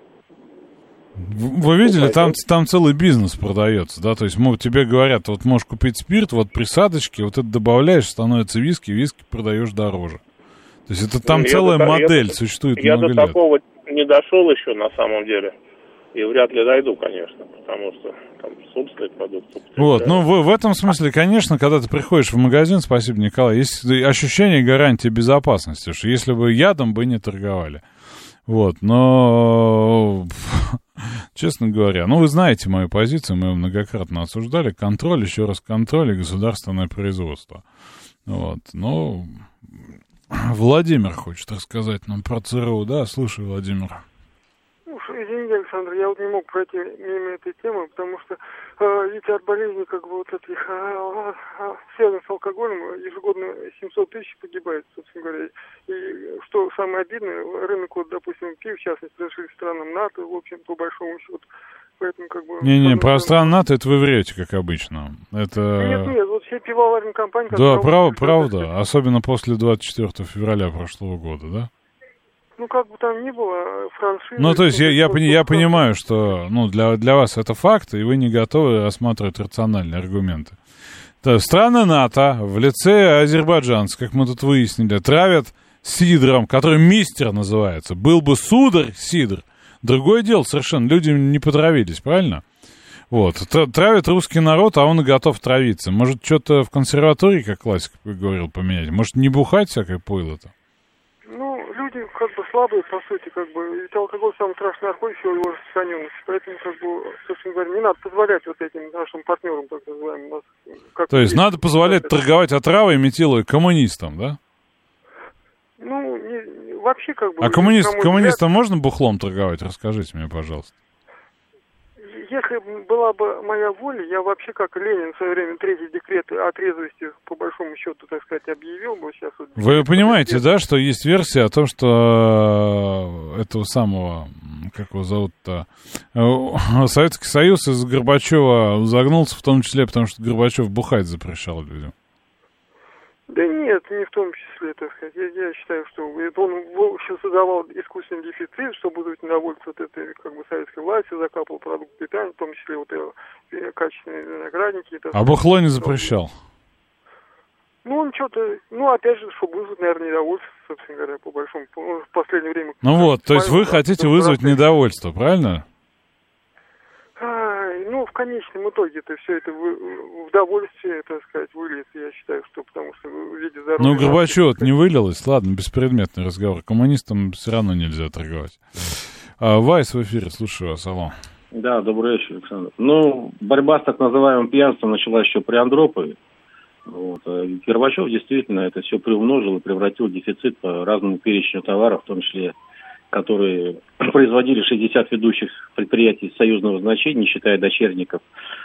Вы видели, там целый бизнес продается, да, то есть тебе говорят, вот можешь купить спирт, вот присадочки, вот это добавляешь, становится виски продаешь дороже. То есть это там целая модель существует много лет. Я до такого не дошел еще на самом деле. И вряд ли дойду, конечно, потому что там собственный продукт. Вот, ну в этом смысле, конечно, когда ты приходишь в магазин, спасибо, Николай, есть ощущение гарантии безопасности, что если бы ядом бы не торговали. Вот, но, честно говоря, ну вы знаете мою позицию, мы ее многократно осуждали, контроль, еще раз контроль и государственное производство. Вот, но Владимир хочет рассказать нам про ЦРУ, да, слушай, Владимир. Извините, Александр, я вот не мог пройти мимо этой темы, потому что ведь от болезней, как бы вот этих, связанных с алкоголем, ежегодно 700 тысяч погибает, собственно говоря. И что самое обидное, рынок, вот, допустим, пива, в частности, разрешили странам НАТО, в общем, по большому счету. Поэтому, как бы... Не-не, про страны НАТО это вы врете, как обычно. Это... Нет, вот все пивоварные компании... Да, правда, особенно после 24 февраля прошлого года, да? Ну, как бы там ни было, франшиза... Ну, то есть я понимаю, что ну, для вас это факт, и вы не готовы рассматривать рациональные аргументы. То страны НАТО в лице азербайджанцев, как мы тут выяснили, травят сидром, который мистер называется. Был бы сударь сидр, другое дело совершенно, люди не потравились, правильно? Вот, травят русский народ, а он и готов травиться. Может, что-то в консерватории, как классик говорил, поменять? Может, не бухать всякое пойло-то? Ну, люди как бы слабые, по сути, как бы, ведь алкоголь самый страшный наркотик, его распространенность, поэтому, как бы, собственно говоря, не надо позволять вот этим нашим партнерам, так называемым. То есть надо позволять торговать отравой и метилой коммунистам, да? Ну, вообще, как бы... А коммунистам можно бухлом торговать? Расскажите мне, пожалуйста. Если была бы моя воля, я вообще, как Ленин в свое время, третий декрет о трезвости, по большому счету, так сказать, объявил бы сейчас. Вот, вы понимаете, да, что есть версия о том, что этого самого как его зовут-то, Советский Союз из Горбачева загнулся, в том числе, потому что Горбачев бухать запрещал людям. Да нет, не в том числе, так сказать. Я считаю, что это он сейчас создавал искусственный дефицит, чтобы вызвать недовольство от этой как бы советской власти, закапывал продукт питания, в том числе вот качественные виноградники. А бухло не запрещал? Ну, он что-то, опять же, чтобы вызвать, наверное, недовольство, собственно говоря, по большому, в последнее время. Ну вот, то есть вы хотите вызвать недовольство, правильно? В конечном итоге это все это в удовольствие, так сказать, выльется, я считаю, что потому что в виде здоровья... Ну, Горбачев не вылилось, ладно, беспредметный разговор. Коммунистам все равно нельзя торговать. Вайс в эфире, слушаю вас, алло. Да, добрый вечер, Александр. Борьба с так называемым пьянством началась еще при Андропове. Вот. Горбачев действительно это все приумножил и превратил в дефицит по разному перечню товаров, в том числе, которые производили 60 ведущих предприятий союзного значения, не считая дочерников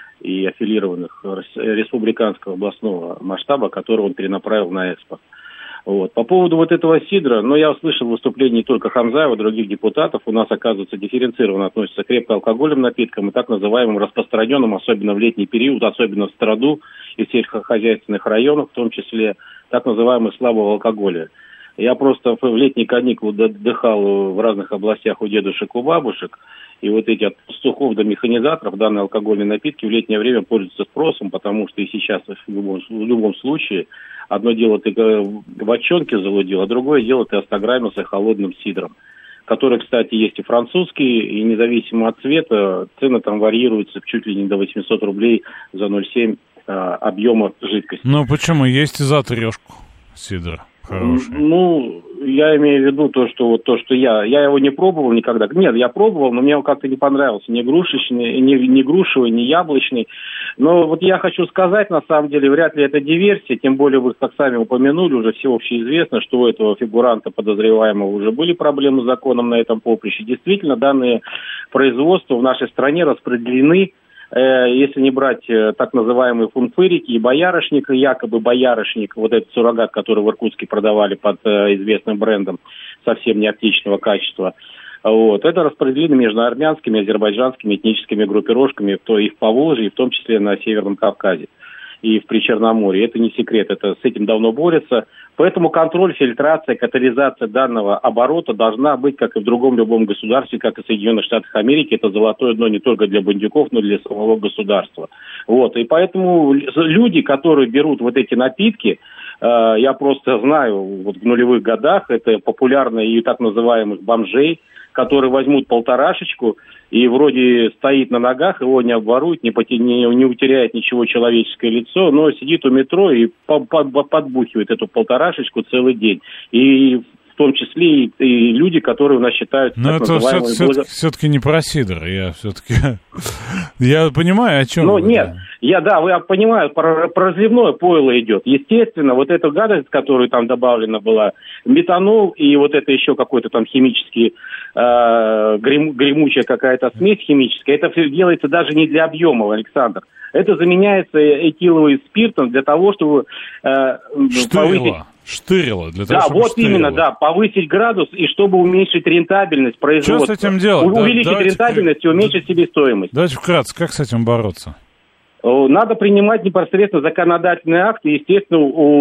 и аффилированных республиканского областного масштаба, которые он перенаправил на экспорт. Вот. По поводу вот этого сидра, я услышал выступление не только Хамзаева, других депутатов. У нас, оказывается, дифференцированно относятся к крепкоалкогольным напиткам и так называемым распространенным, особенно в летний период, особенно в Страду и в сельскохозяйственных районах, в том числе так называемых слабого алкоголя. Я просто в летние каникулы отдыхал в разных областях у дедушек, у бабушек, и вот эти от пастухов до механизаторов данные алкогольные напитки в летнее время пользуются спросом, потому что и сейчас в любом случае одно дело ты бочонки залудил, а другое дело ты остаграмился холодным сидром, который, кстати, есть и французский, и независимо от цвета, цены там варьируются чуть ли не до 800 рублей за 0,7 объема жидкости. Ну почему? Есть и за трешку сидра. Хороший. Я имею в виду то, что я его не пробовал никогда. Нет, я пробовал, но мне он как-то не понравился. Ни грушечный, ни грушевый, ни яблочный. Но вот я хочу сказать, на самом деле, вряд ли это диверсия, тем более вы, как сами упомянули, уже всеобщее известно, что у этого фигуранта подозреваемого уже были проблемы с законом на этом поприще. Действительно, данные производства в нашей стране распределены, если не брать так называемые фунфырики и боярышник, якобы боярышник, вот этот суррогат, который в Иркутске продавали под известным брендом совсем не оптичного качества, вот, это распределено между армянскими, азербайджанскими этническими группировками, и в Поволжье, и в том числе на Северном Кавказе и в Причерноморье. Это не секрет, это с этим давно борются. Поэтому контроль, фильтрация, катализация данного оборота должна быть, как и в другом любом государстве, как и в Соединенных Штатах Америки. Это золотое дно не только для бандюков, но и для самого государства. Вот. И поэтому люди, которые берут вот эти напитки, я просто знаю, вот в нулевых годах, это популярно и так называемых бомжей, которые возьмут полторашечку и вроде стоит на ногах, его не обворуют, не утеряет ничего человеческое лицо, но сидит у метро и подбухивает эту полторашечку целый день. И в том числе и люди, которые у нас считают... Но это все-таки не про сидр, я понимаю, о чем... Нет, я понимаю, про разливное пойло идет. Естественно, вот эта гадость, которая там добавлена была, метанол и вот это еще какой-то там химический, гремучая какая-то смесь химическая, это все делается даже не для объемов, Александр. Это заменяется этиловым спиртом для того, чтобы повысить... Штырило, для того, да, чтобы вот штырило. Именно, повысить градус и чтобы уменьшить рентабельность производства. Что с этим делать? Увеличить рентабельность и уменьшить себестоимость. Давайте вкратце, как с этим бороться? Надо принимать непосредственно законодательные акты, естественно,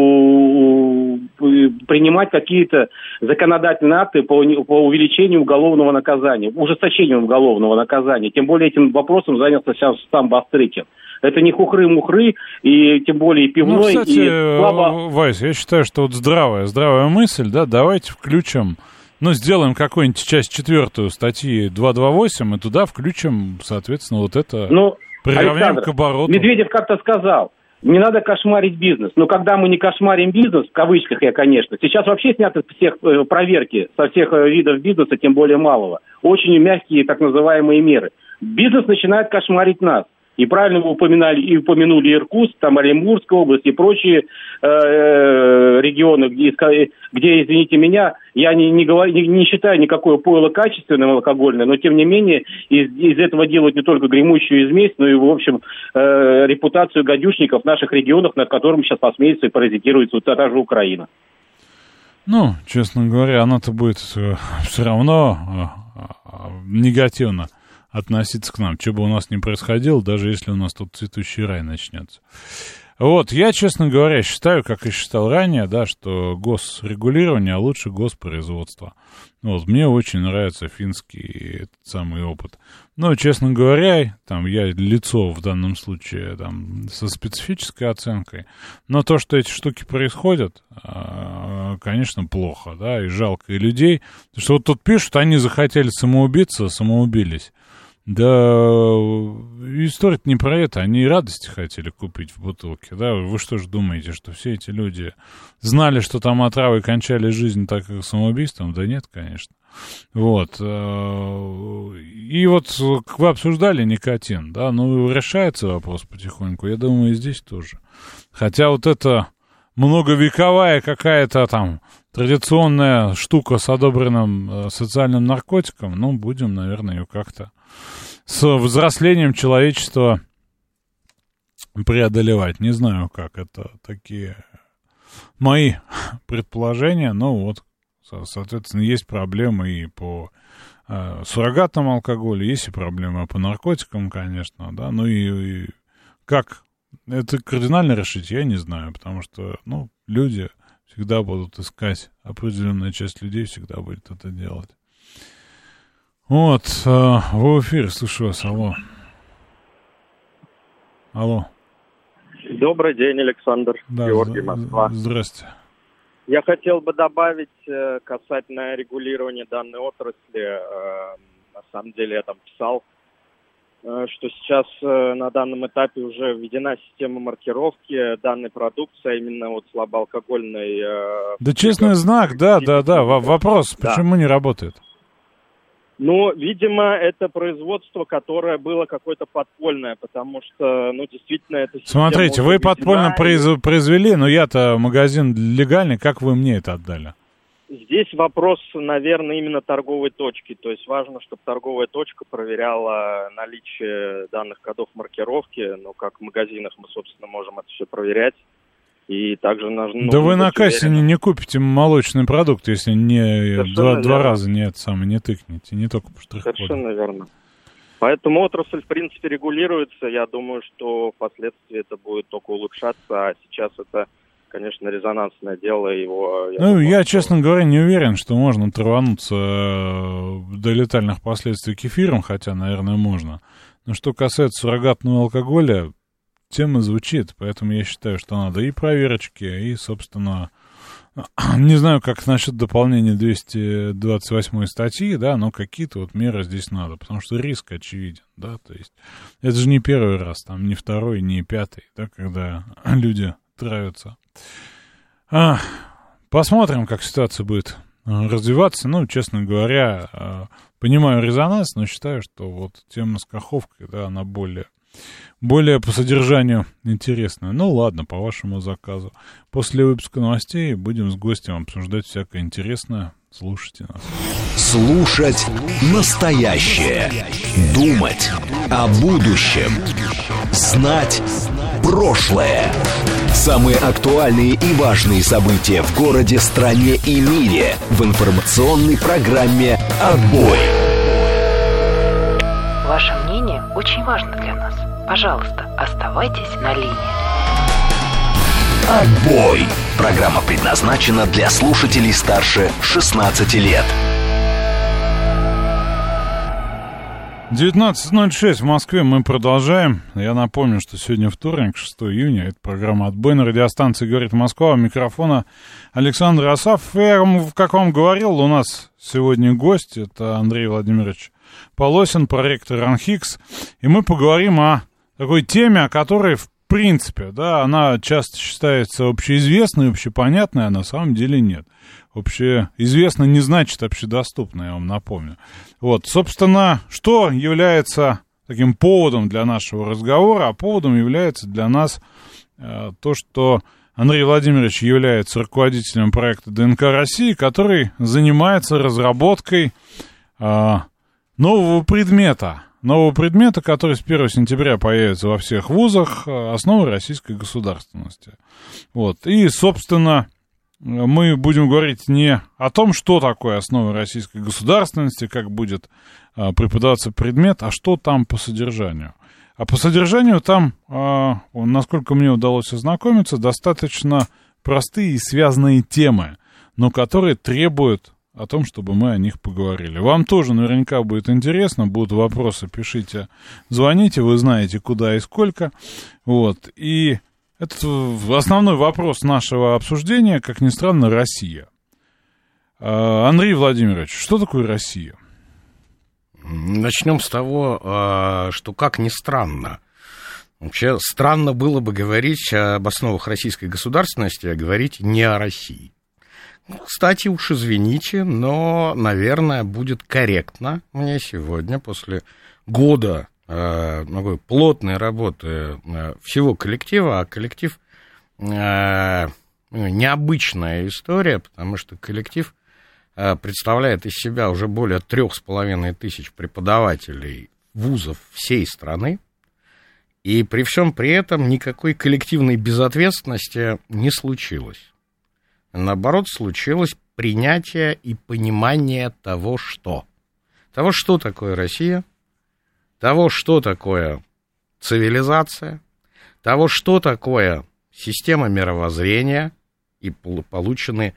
принимать какие-то законодательные акты по увеличению уголовного наказания, ужесточению уголовного наказания. Тем более этим вопросом занялся сейчас сам Бастрыкин. Это не хухры-мухры, и тем более и пивной, кстати, и слабо... Вайс, я считаю, что вот здравая мысль, давайте включим, сделаем какую-нибудь часть 4 статьи 228, и туда включим, соответственно, вот это, приравняем к обороту. Медведев как-то сказал, не надо кошмарить бизнес. Но когда мы не кошмарим бизнес, в кавычках я, конечно, сейчас вообще сняты всех проверки со всех видов бизнеса, тем более малого. Очень мягкие так называемые меры. Бизнес начинает кошмарить нас. И правильно вы упомянули Иркутск, там Оренбургская область и прочие регионы, где, извините меня, я не считаю никакое пойло качественным алкогольное, но тем не менее из этого делают не только гремучую измесь, но и, в общем, репутацию гадюшников в наших регионах, над которыми сейчас посмеется и паразитирует вот та же Украина. Честно говоря, она-то будет все равно негативно относиться к нам, что бы у нас ни происходило, даже если у нас тут цветущий рай начнется. Вот, я, честно говоря, считаю, как и считал ранее, да, что госрегулирование, а лучше госпроизводство. Вот, мне очень нравится финский этот самый опыт. Но, честно говоря, там, я лицо в данном случае там, со специфической оценкой, но то, что эти штуки происходят, конечно, плохо, да, и жалко и людей. Потому что вот тут пишут, они захотели самоубиться, самоубились. Да, история-то не про это, они и радости хотели купить в бутылке, да, вы что же думаете, что все эти люди знали, что там отравой кончали жизнь, так как самоубийством? Да нет, конечно. Вот, и вот вы обсуждали никотин, да, ну, решается вопрос потихоньку, я думаю, и здесь тоже. Хотя вот эта многовековая какая-то там традиционная штука с одобренным социальным наркотиком, ну, будем, наверное, ее как-то с взрослением человечества преодолевать. Не знаю, как это такие мои предположения, но вот, соответственно, есть проблемы и по суррогатному алкоголю, есть и проблемы по наркотикам, конечно, да, ну и как это кардинально решить, я не знаю, потому что, ну, люди всегда будут искать, определенная часть людей всегда будет это делать. Вот, в эфире, слушаю вас, алло. Алло. Добрый день, Александр, да, Георгий, Москва. Здрасте. Я хотел бы добавить касательно регулирования данной отрасли, на самом деле я там писал, что сейчас на данном этапе уже введена система маркировки данной продукции, а именно вот слабоалкогольной. Да, честный знак, да. Вопрос, почему не работает? Ну, видимо, это производство, которое было какое-то подпольное, потому что, ну, действительно, это система... Смотрите, вы подпольно произвели, но я-то магазин легальный, как вы мне это отдали? Здесь вопрос, наверное, именно торговой точки. То есть важно, чтобы торговая точка проверяла наличие данных кодов маркировки. Но как в магазинах мы, собственно, можем это все проверять. И также нужно... Да вы на кассе не купите молочный продукт, если не два раза не тыкнете, не только по штрих-коду. Совершенно верно. Поэтому отрасль, в принципе, регулируется. Я думаю, что впоследствии это будет только улучшаться. А сейчас это, конечно, резонансное дело. Я честно говоря, не уверен, что можно травануться до летальных последствий кефиром, хотя, наверное, можно. Но что касается суррогатного алкоголя, тема звучит, поэтому я считаю, что надо и проверочки, и, собственно, не знаю, как насчет дополнения 228 статьи, да, но какие-то вот меры здесь надо, потому что риск очевиден, да, то есть это же не первый раз, там, не второй, не пятый, да, когда люди травятся. Посмотрим, как ситуация будет развиваться, ну, честно говоря, понимаю резонанс, но считаю, что вот тема с каховкой, да, она более по содержанию интересная. Ну ладно, по вашему заказу. После выпуска новостей будем с гостем обсуждать всякое интересное. Слушайте нас. Слушать настоящее. Думать о будущем. Знать прошлое. Самые актуальные и важные события в городе, стране и мире в информационной программе «Отбой». Ваше мнение очень важно для нас. Пожалуйста, оставайтесь на линии. «Отбой». Программа предназначена для слушателей старше 16 лет. 19:06 в Москве, мы продолжаем. Я напомню, что сегодня вторник, 6 июня. Это программа «Отбой» на радиостанции «Говорит Москва». У микрофона Александр Асафов. Я, как вам говорил, у нас сегодня гость. Это Андрей Владимирович Полосин, проректор РАНХИКС. И мы поговорим о такой теме, о которой, в принципе, да, она часто считается общеизвестной, общепонятной, а на самом деле нет. Общеизвестно не значит общедоступно, я вам напомню. Вот, собственно, что является таким поводом для нашего разговора? А поводом является для нас то, что Андрей Владимирович является руководителем проекта ДНК России, который занимается разработкой нового предмета, который с 1 сентября появится во всех вузах, основы российской государственности. Вот. И, собственно, мы будем говорить не о том, что такое основа российской государственности, как будет преподаваться предмет, а что там по содержанию. А по содержанию там, насколько мне удалось ознакомиться, достаточно простые и связанные темы, но которые требуют о том, чтобы мы о них поговорили. Вам тоже наверняка будет интересно, будут вопросы, пишите, звоните, вы знаете, куда и сколько. Вот. И это основной вопрос нашего обсуждения, как ни странно, Россия. Андрей Владимирович, что такое Россия? Начнем с того, что, как ни странно, вообще странно было бы говорить об основах российской государственности, а говорить не о России. Кстати, уж извините, но, наверное, будет корректно мне сегодня, после года такой плотной работы всего коллектива, а коллектив необычная история, потому что коллектив представляет из себя уже более 3500 преподавателей вузов всей страны, и при всем при этом никакой коллективной безответственности не случилось. Наоборот, случилось принятие и понимание того, что такое Россия, того, что такое цивилизация, того, что такое система мировоззрения, и получены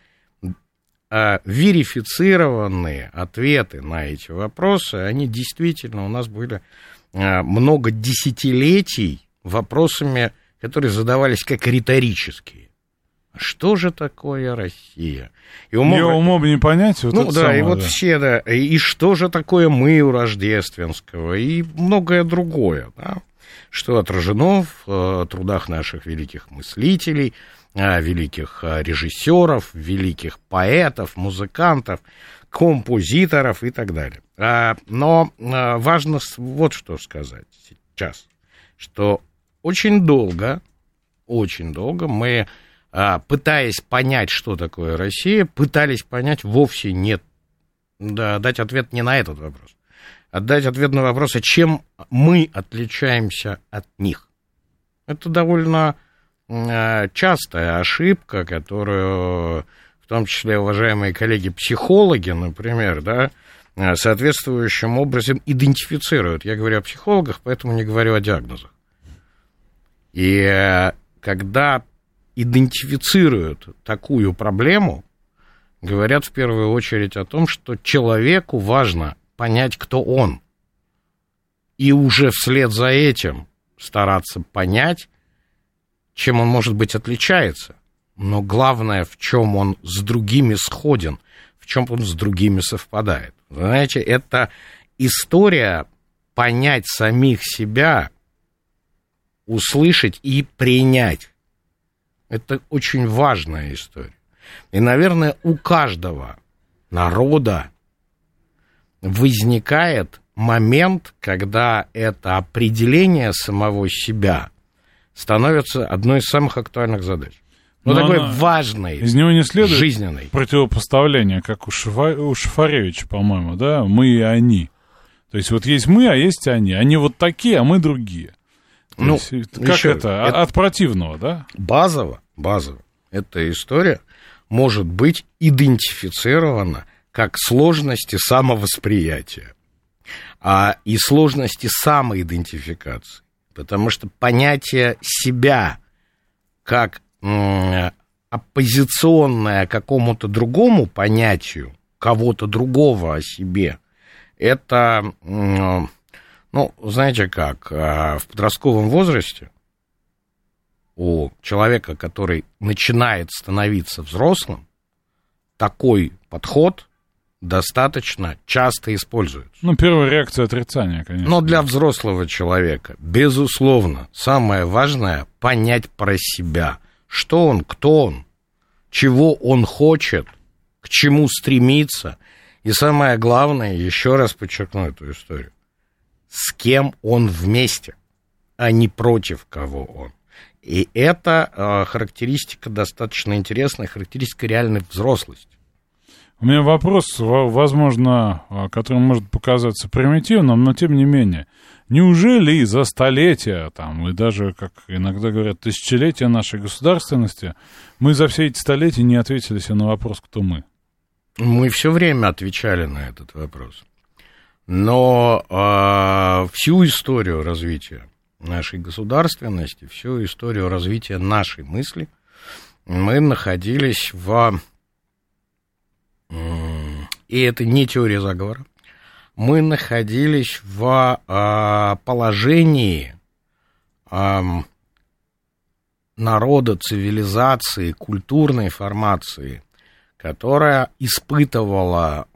верифицированные ответы на эти вопросы. Они действительно у нас были много десятилетий вопросами, которые задавались как риторические. Что же такое Россия? И умом не понять. Вот ну да, самое, и вот да. Все, да. И что же такое мы у Рождественского? И многое другое, да, что отражено в трудах наших великих мыслителей, великих режиссеров, великих поэтов, музыкантов, композиторов и так далее. Но важно вот что сказать сейчас, что очень долго мы, пытаясь понять, что такое Россия, пытались понять вовсе нет, дать ответ не на этот вопрос, а дать ответ на вопрос, а чем мы отличаемся от них. Это довольно частая ошибка, которую, в том числе, уважаемые коллеги-психологи, например, да, соответствующим образом идентифицируют. Я говорю о психологах, поэтому не говорю о диагнозах. И когда идентифицируют такую проблему, говорят в первую очередь о том, что человеку важно понять, кто он, и уже вслед за этим стараться понять, чем он, может быть, отличается, но главное, в чем он с другими сходен, в чем он с другими совпадает. Вы знаете, это история понять самих себя, услышать и принять. Это очень важная история. И, наверное, у каждого народа возникает момент, когда это определение самого себя становится одной из самых актуальных задач. Такой важной, из него не следует жизненной. Противопоставление, как у Шафаревича, по-моему, да, мы и они. То есть вот есть мы, а есть они. Они вот такие, а мы другие. Как это? От противного, да? Базово, эта история может быть идентифицирована как сложности самовосприятия, и сложности самоидентификации. Потому что понятие себя как оппозиционное какому-то другому понятию, кого-то другого о себе, это, знаете как, в подростковом возрасте у человека, который начинает становиться взрослым, такой подход достаточно часто используется. Первая реакция отрицания, конечно. Но для взрослого человека, безусловно, самое важное — понять про себя. Что он, кто он, чего он хочет, к чему стремится. И самое главное, еще раз подчеркну эту историю, с кем он вместе, а не против кого он. И это характеристика достаточно интересная, характеристика реальной взрослости. У меня вопрос, возможно, который может показаться примитивным, но тем не менее. неужели за столетия, там, и даже, как иногда говорят, тысячелетия нашей государственности, мы за все эти столетия не ответили себе на вопрос, кто мы? Мы все время отвечали на этот вопрос. Но всю историю развития нашей государственности, всю историю развития нашей мысли мы находились и это не теория заговора, мы находились в положении народа, цивилизации, культурной формации, которая испытывала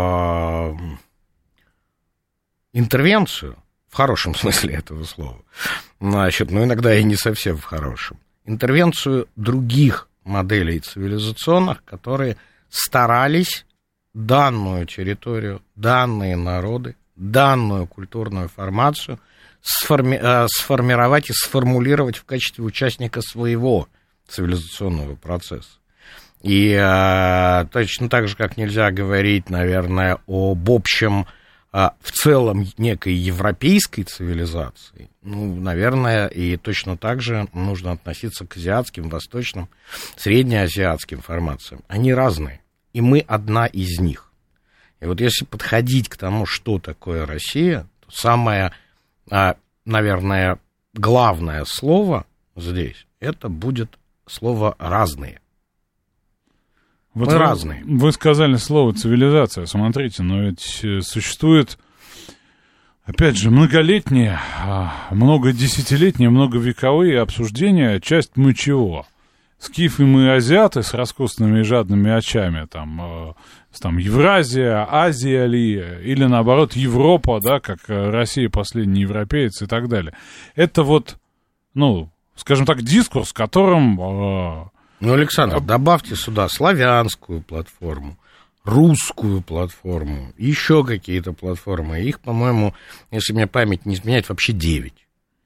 интервенцию, в хорошем смысле этого слова, значит, но иногда и не совсем в хорошем, интервенцию других моделей цивилизационных, которые старались данную территорию, данные народы, данную культурную формацию сформировать и сформулировать в качестве участника своего цивилизационного процесса. И точно так же, как нельзя говорить, наверное, об общем, в целом, некой европейской цивилизации, ну, наверное, и точно так же нужно относиться к азиатским, восточным, среднеазиатским формациям. Они разные, и мы одна из них. И вот если подходить к тому, что такое Россия, то самое, наверное, главное слово здесь, это будет слово «разные». Вот мы разные. Вы сказали слово «цивилизация». Смотрите, но ведь существует, опять же, многолетние, многодесятилетние, многовековые обсуждения, часть мы чего? Скифы мы азиаты с раскосными и жадными очами, там Евразия, Азия ли, или наоборот Европа, да, как Россия последний европеец и так далее. Это вот, ну, скажем так, дискурс, которым... Ну, Александр, добавьте сюда славянскую платформу, русскую платформу, еще какие-то платформы. Их, по-моему, если мне память не изменяет, вообще 9.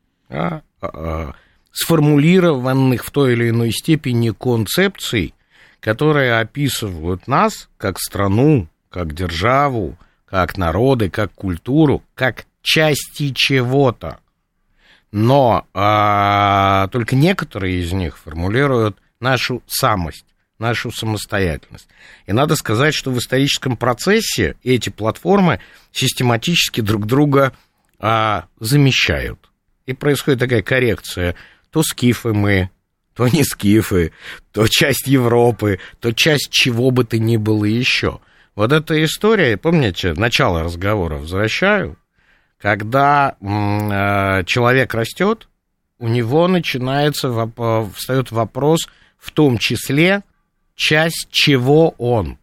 Сформулированных в той или иной степени концепций, которые описывают нас как страну, как державу, как народы, как культуру, как части чего-то. Но только некоторые из них формулируют нашу самость, нашу самостоятельность. И надо сказать, что в историческом процессе эти платформы систематически друг друга замещают. И происходит такая коррекция. То скифы мы, то не скифы, то часть Европы, то часть чего бы то ни было еще. Вот эта история, помните, начало разговора возвращаю, когда человек растет, у него встает вопрос, в том числе, часть чего он.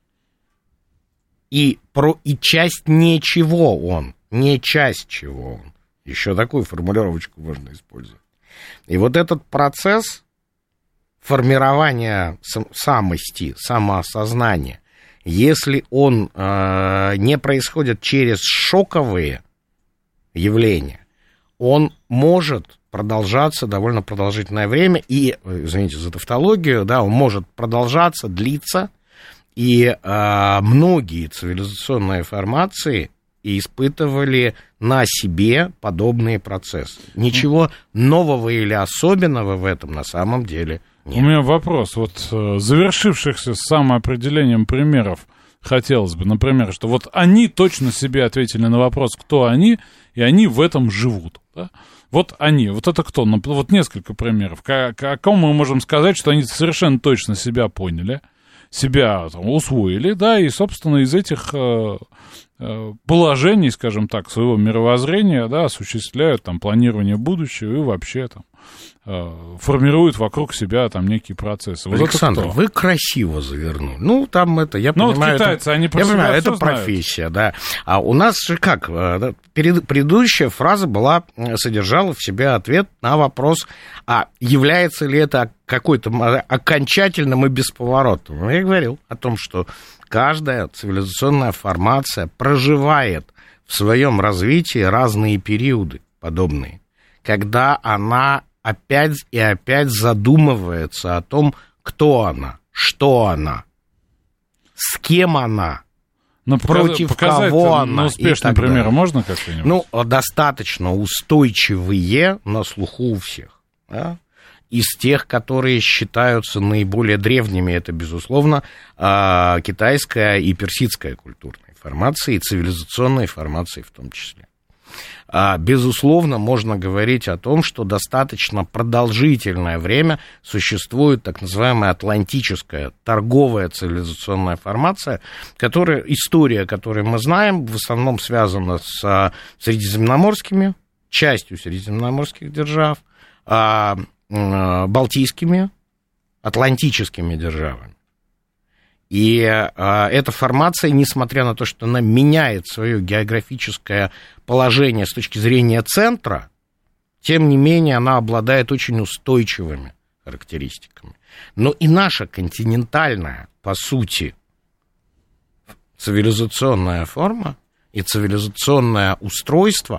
И часть ничего он, не часть чего он. Еще такую формулировочку можно использовать. И вот этот процесс формирования самости, самоосознания, если он не происходит через шоковые явления, он может продолжаться довольно продолжительное время, и, извините за тавтологию, да, он может продолжаться, длиться, и многие цивилизационные формации испытывали на себе подобные процессы. Ничего нового или особенного в этом на самом деле нет. У меня вопрос. Вот завершившихся самоопределением примеров хотелось бы, например, что вот они точно себе ответили на вопрос, кто они, и они в этом живут. Да? Вот они, вот это кто? Вот несколько примеров. О ком мы можем сказать, что они совершенно точно себя поняли, себя там, усвоили, да, и, собственно, из этих положений, скажем так, своего мировоззрения, да, осуществляют там планирование будущего и вообще там формируют вокруг себя там некие процессы. Вот Александр, вы красиво завернули. Ну, там это, я понимаю, китайцы, они про себя понимаю, это знают. профессия, да. А у нас же как? Предыдущая фраза содержала в себе ответ на вопрос, а является ли это какой-то окончательным и бесповоротным. Я говорил о том, что каждая цивилизационная формация проживает в своем развитии разные периоды подобные, когда она опять и опять задумывается о том, кто она, что она, с кем она. против кого она. Успешный пример можно как-нибудь? Ну, достаточно устойчивые на слуху у всех. Да? Из тех, которые считаются наиболее древними, это, безусловно, китайская и персидская культурная формация, и цивилизационные формации в том числе. Безусловно, можно говорить о том, что достаточно продолжительное время существует так называемая атлантическая торговая цивилизационная формация, история которой мы знаем, в основном связана с средиземноморскими, частью средиземноморских держав, балтийскими, атлантическими державами. И эта формация, несмотря на то, что она меняет свое географическое положение с точки зрения центра, тем не менее она обладает очень устойчивыми характеристиками. Но и наша континентальная, по сути, цивилизационная форма и цивилизационное устройство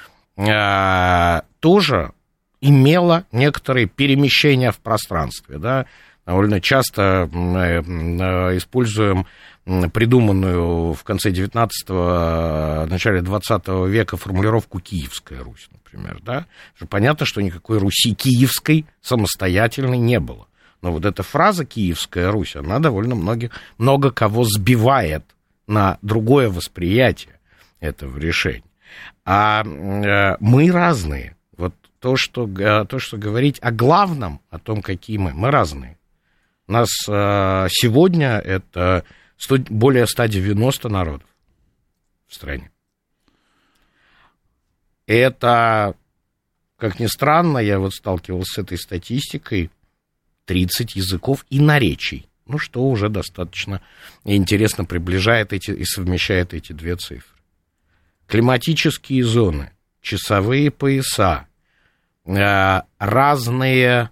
тоже имело некоторые перемещения в пространстве, да. Довольно часто используем придуманную в конце 19-го, начале 20 века формулировку «Киевская Русь», например, да. Понятно, что никакой Руси киевской самостоятельной не было. Но вот эта фраза «Киевская Русь», она довольно много кого сбивает на другое восприятие этого решения. А мы разные. Вот то, что говорить о главном, о том, какие мы разные. У нас сегодня это более 190 народов в стране. Это, как ни странно, я вот сталкивался с этой статистикой, 30 языков и наречий. Ну, что уже достаточно интересно приближает и совмещает эти две цифры. Климатические зоны, часовые пояса, разные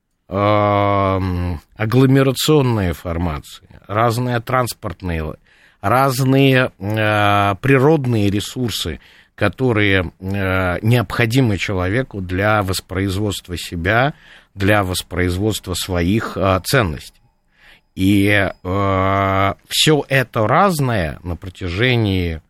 агломерационные формации, разные транспортные, разные природные ресурсы, которые необходимы человеку для воспроизводства себя, для воспроизводства своих ценностей. И все это разное на протяжении,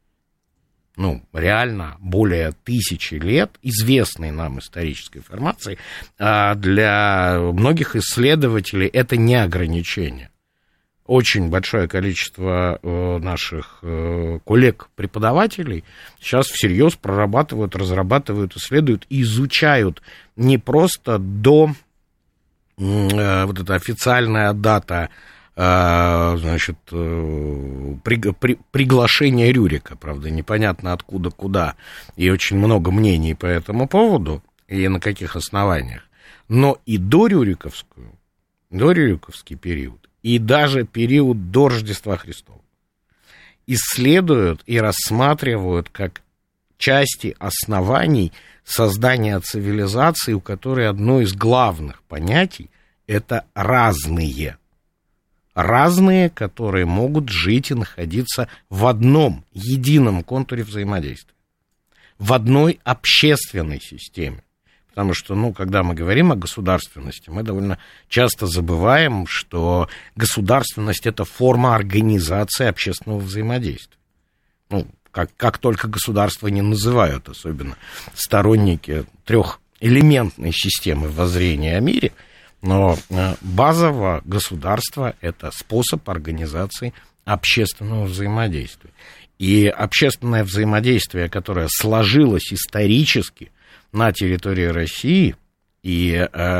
реально более 1000 лет известной нам исторической информации, для многих исследователей это не ограничение. Очень большое количество наших коллег-преподавателей сейчас всерьез прорабатывают, разрабатывают, исследуют и изучают не просто вот эта официальная дата, приглашение Рюрика, правда, непонятно откуда, куда, и очень много мнений по этому поводу, и на каких основаниях, но и дорюриковский период, и даже период до Рождества Христова исследуют и рассматривают как части оснований создания цивилизации, у которой одно из главных понятий — это разные. Разные, которые могут жить и находиться в одном едином контуре взаимодействия, в одной общественной системе. Потому что, когда мы говорим о государственности, мы довольно часто забываем, что государственность — это форма организации общественного взаимодействия. Как только государство не называют, особенно сторонники трехэлементной системы воззрения о мире, но базово государство — это способ организации общественного взаимодействия. И общественное взаимодействие, которое сложилось исторически на территории России, и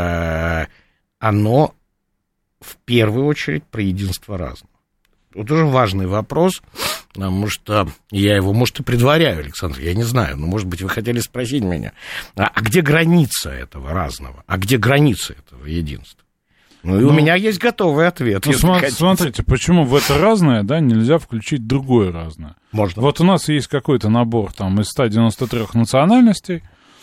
оно в первую очередь про единство разного. Вот уже важный вопрос, потому что я его, может, и предваряю, Александр, я не знаю, но, может быть, вы хотели спросить меня, а где граница этого разного, а где граница этого единства? И у меня есть готовый ответ. Смотрите, почему в это разное, нельзя включить другое разное? Можно. Вот у нас есть какой-то набор из 193 национальностей,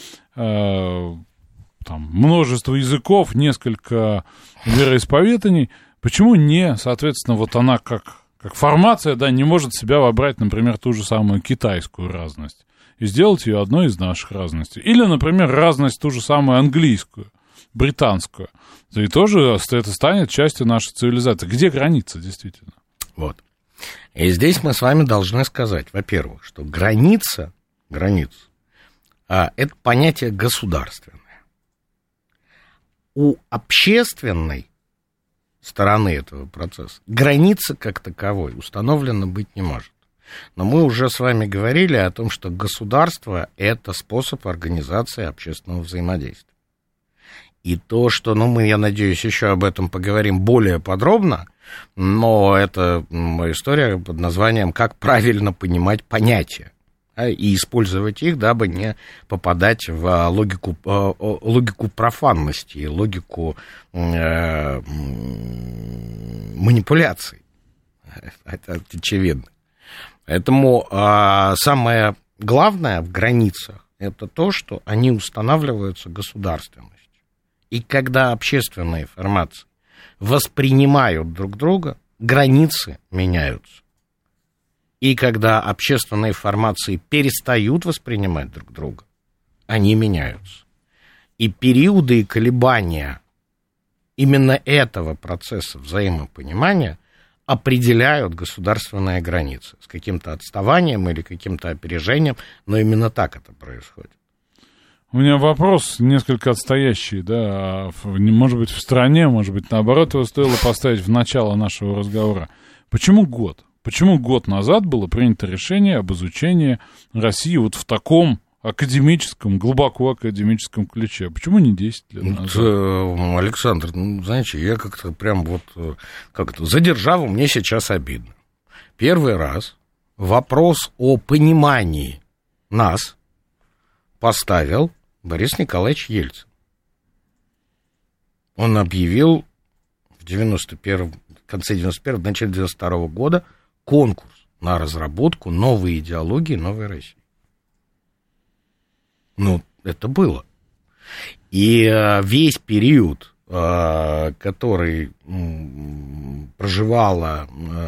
множество языков, несколько вероисповеданий. Почему не, соответственно, вот она как формация, не может себя вобрать, например, ту же самую китайскую разность и сделать ее одной из наших разностей? Или, например, разность ту же самую английскую, британскую. И тоже это станет частью нашей цивилизации. Где граница, действительно? Вот. И здесь мы с вами должны сказать, во-первых, что граница, это понятие государственное. У общественной стороны этого процесса границы как таковой установлено быть не может. Но мы уже с вами говорили о том, что государство – это способ организации общественного взаимодействия. И то, что, мы, я надеюсь, еще об этом поговорим более подробно, но это история под названием «Как правильно понимать понятия» и использовать их, дабы не попадать в логику профанности, логику манипуляций. Это очевидно. Поэтому самое главное в границах – это то, что они устанавливаются государственностью. И когда общественные формации воспринимают друг друга, границы меняются. И когда общественные формации перестают воспринимать друг друга, они меняются. И периоды и колебания именно этого процесса взаимопонимания определяют государственные границы с каким-то отставанием или каким-то опережением, но именно так это происходит. У меня вопрос несколько отстоящий, да, может быть, в стране, может быть, наоборот, его стоило поставить в начало нашего разговора. Почему год? Почему год назад было принято решение об изучении России вот в таком академическом, глубоко академическом ключе? Почему не 10 лет назад? Александр, знаете, я как-то прям за державу мне сейчас обидно. Первый раз вопрос о понимании нас поставил Борис Николаевич Ельцин. Он объявил в конце 91-го, начале 92-го года конкурс на разработку новой идеологии, новой России. Это было. И весь период, который проживала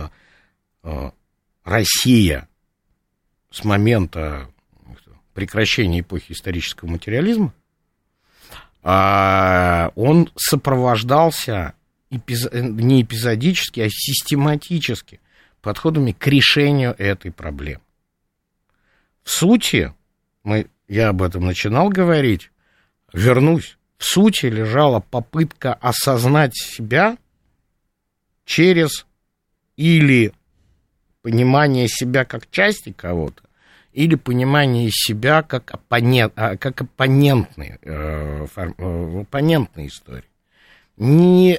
Россия с момента прекращения эпохи исторического материализма, он сопровождался не эпизодически, а систематически подходами к решению этой проблемы. В сути, я об этом начинал говорить, вернусь, в сути лежала попытка осознать себя через или понимание себя как части кого-то, или понимание себя как оппонентной истории. Не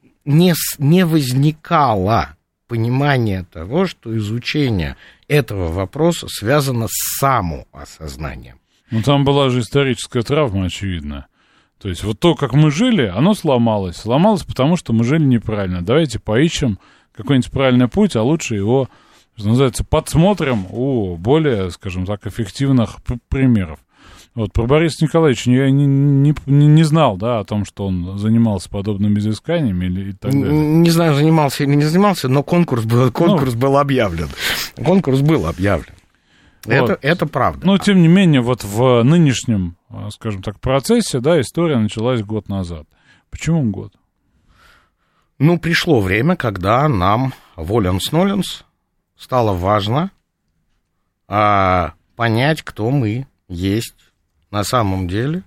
возникало понимание того, что изучение этого вопроса связано с самоосознанием. Там была же историческая травма, очевидно. То есть вот то, как мы жили, оно сломалось. Сломалось, потому что мы жили неправильно. Давайте поищем какой-нибудь правильный путь, а лучше его, что называется, подсмотрим у более, скажем так, эффективных примеров. Вот про Бориса Николаевича я не знал, да, о том, что он занимался подобными изысканиями и так далее. Не знаю, занимался или не занимался, но конкурс был объявлен. Конкурс был объявлен. Вот. Это правда. Но, тем не менее, вот в нынешнем, скажем так, процессе, да, история началась год назад. Почему год? Пришло время, когда нам, воленс-ноленс, стало важно понять, кто мы есть на самом деле,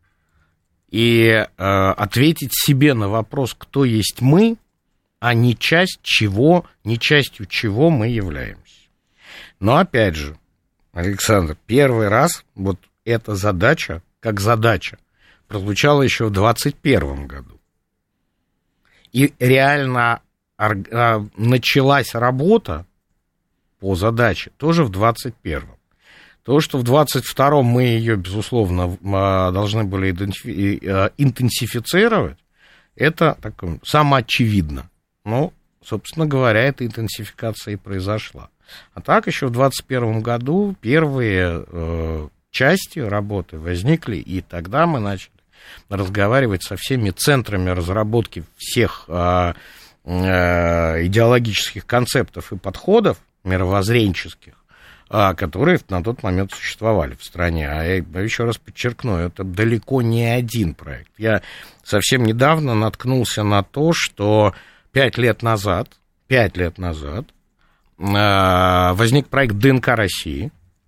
и ответить себе на вопрос, кто есть мы, а не частью чего мы являемся. Но опять же, Александр, первый раз вот эта задача, как задача, прозвучала еще в 2021 году. И реально началась работа по задаче тоже в 2021. То, что в 2022 мы ее, безусловно, должны были интенсифицировать, это такое самоочевидно. Собственно говоря, эта интенсификация и произошла. А так еще в 2021 году первые части работы возникли, и тогда мы начали разговаривать со всеми центрами разработки всех идеологических концептов и подходов мировоззренческих, которые на тот момент существовали в стране. А я еще раз подчеркну, это далеко не один проект. Я совсем недавно наткнулся на то, что 5 лет назад возник проект ДНК России,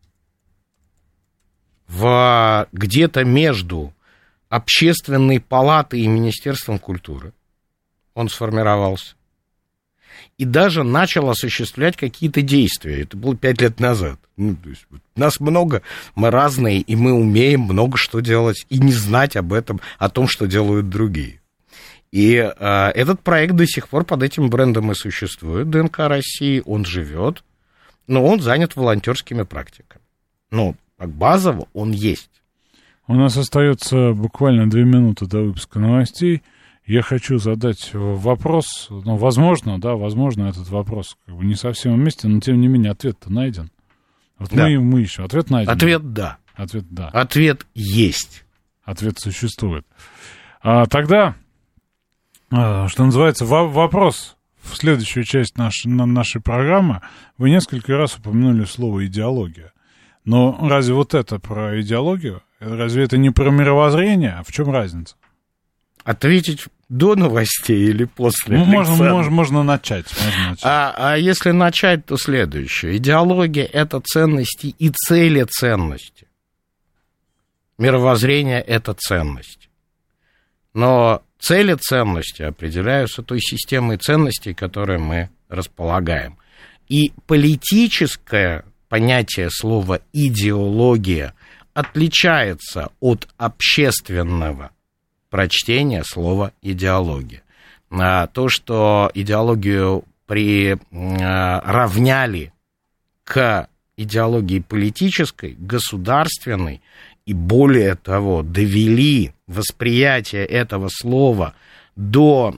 где-то между Общественной палатой и Министерством культуры он сформировался. И даже начал осуществлять какие-то действия. Это было 5 лет назад. То есть, нас много, мы разные, и мы умеем много что делать, и не знать об этом, о том, что делают другие. И этот проект до сих пор под этим брендом и существует, ДНК России, он живет, но он занят волонтерскими практиками. Ну, базово он есть. У нас остается буквально 2 минуты до выпуска новостей. Я хочу задать вопрос, ну, возможно, этот вопрос как бы не совсем вместе, но тем не менее ответ-то найден. Вот да. мы ищем. Ответ найден. Ответ да. Ответ есть. Ответ существует. Тогда, что называется, вопрос в следующую часть нашей программы. Вы несколько раз упомянули слово «идеология». Но разве вот это про идеологию? Разве это не про мировоззрение? В чем разница? Ответить до новостей или после? Можно начать. А если начать, то следующее. Идеология — это ценности и цели ценности. Мировоззрение — это ценности. Но цели ценности определяются той системой ценностей, которой мы располагаем. И политическое понятие слова «идеология» отличается от общественного прочтения слова «идеология». То, что идеологию приравняли к идеологии политической, государственной, и более того, довели восприятие этого слова до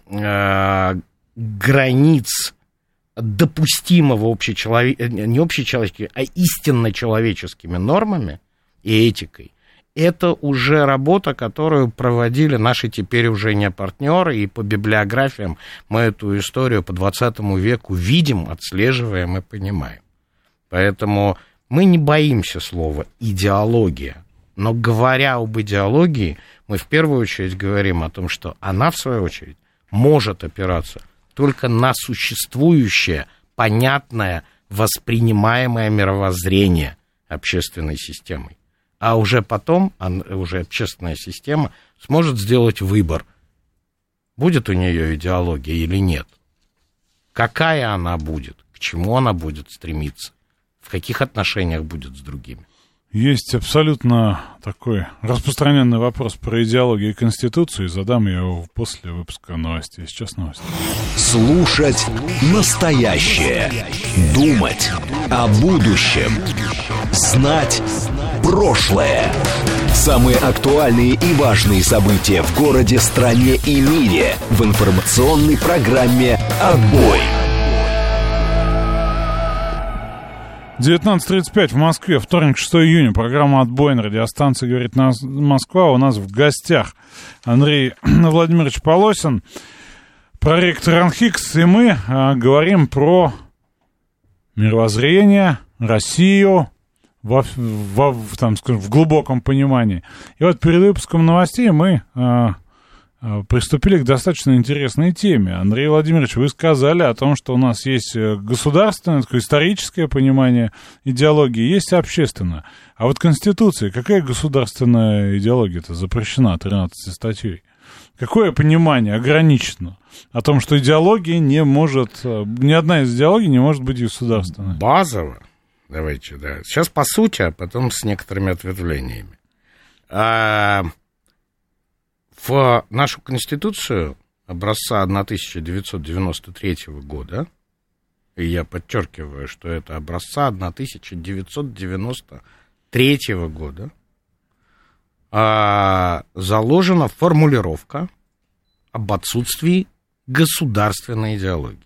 границ допустимого не общечеловеческими, а истинно человеческими нормами и этикой, это уже работа, которую проводили наши теперь уже не партнеры, и по библиографиям мы эту историю по 20 веку видим, отслеживаем и понимаем. Поэтому мы не боимся слова «идеология», но говоря об идеологии, мы в первую очередь говорим о том, что она, в свою очередь, может опираться только на существующее, понятное, воспринимаемое мировоззрение общественной системой. А уже потом, уже общественная система сможет сделать выбор, будет у нее идеология или нет. Какая она будет, к чему она будет стремиться, в каких отношениях будет с другими. Есть абсолютно такой распространенный вопрос про идеологию и Конституцию, и задам я его после выпуска новостей. Сейчас новости. Слушать настоящее. Думать о будущем. Знать прошлое. Самые актуальные и важные события в городе, стране и мире в информационной программе «Отбой». 19:35 в Москве, вторник, 6 июня, программа «Отбой» на радиостанции «Говорит Москва». У нас в гостях Андрей Владимирович Полосин, проректор РАНХИКС, и мы говорим про мировоззрение, Россию в глубоком понимании. И вот перед выпуском новостей мы приступили к достаточно интересной теме. Андрей Владимирович, вы сказали о том, что у нас есть государственное, такое историческое понимание идеологии, есть общественное. А вот Конституция, какая государственная идеология-то запрещена 13 статьей? Какое понимание ограничено о том, что идеология не может, ни одна из идеологий не может быть государственной? Базово. Давайте, да. Сейчас по сути, а потом с некоторыми ответвлениями. В нашу Конституцию образца 1993 года, и я подчеркиваю, что это образца 1993 года, заложена формулировка об отсутствии государственной идеологии.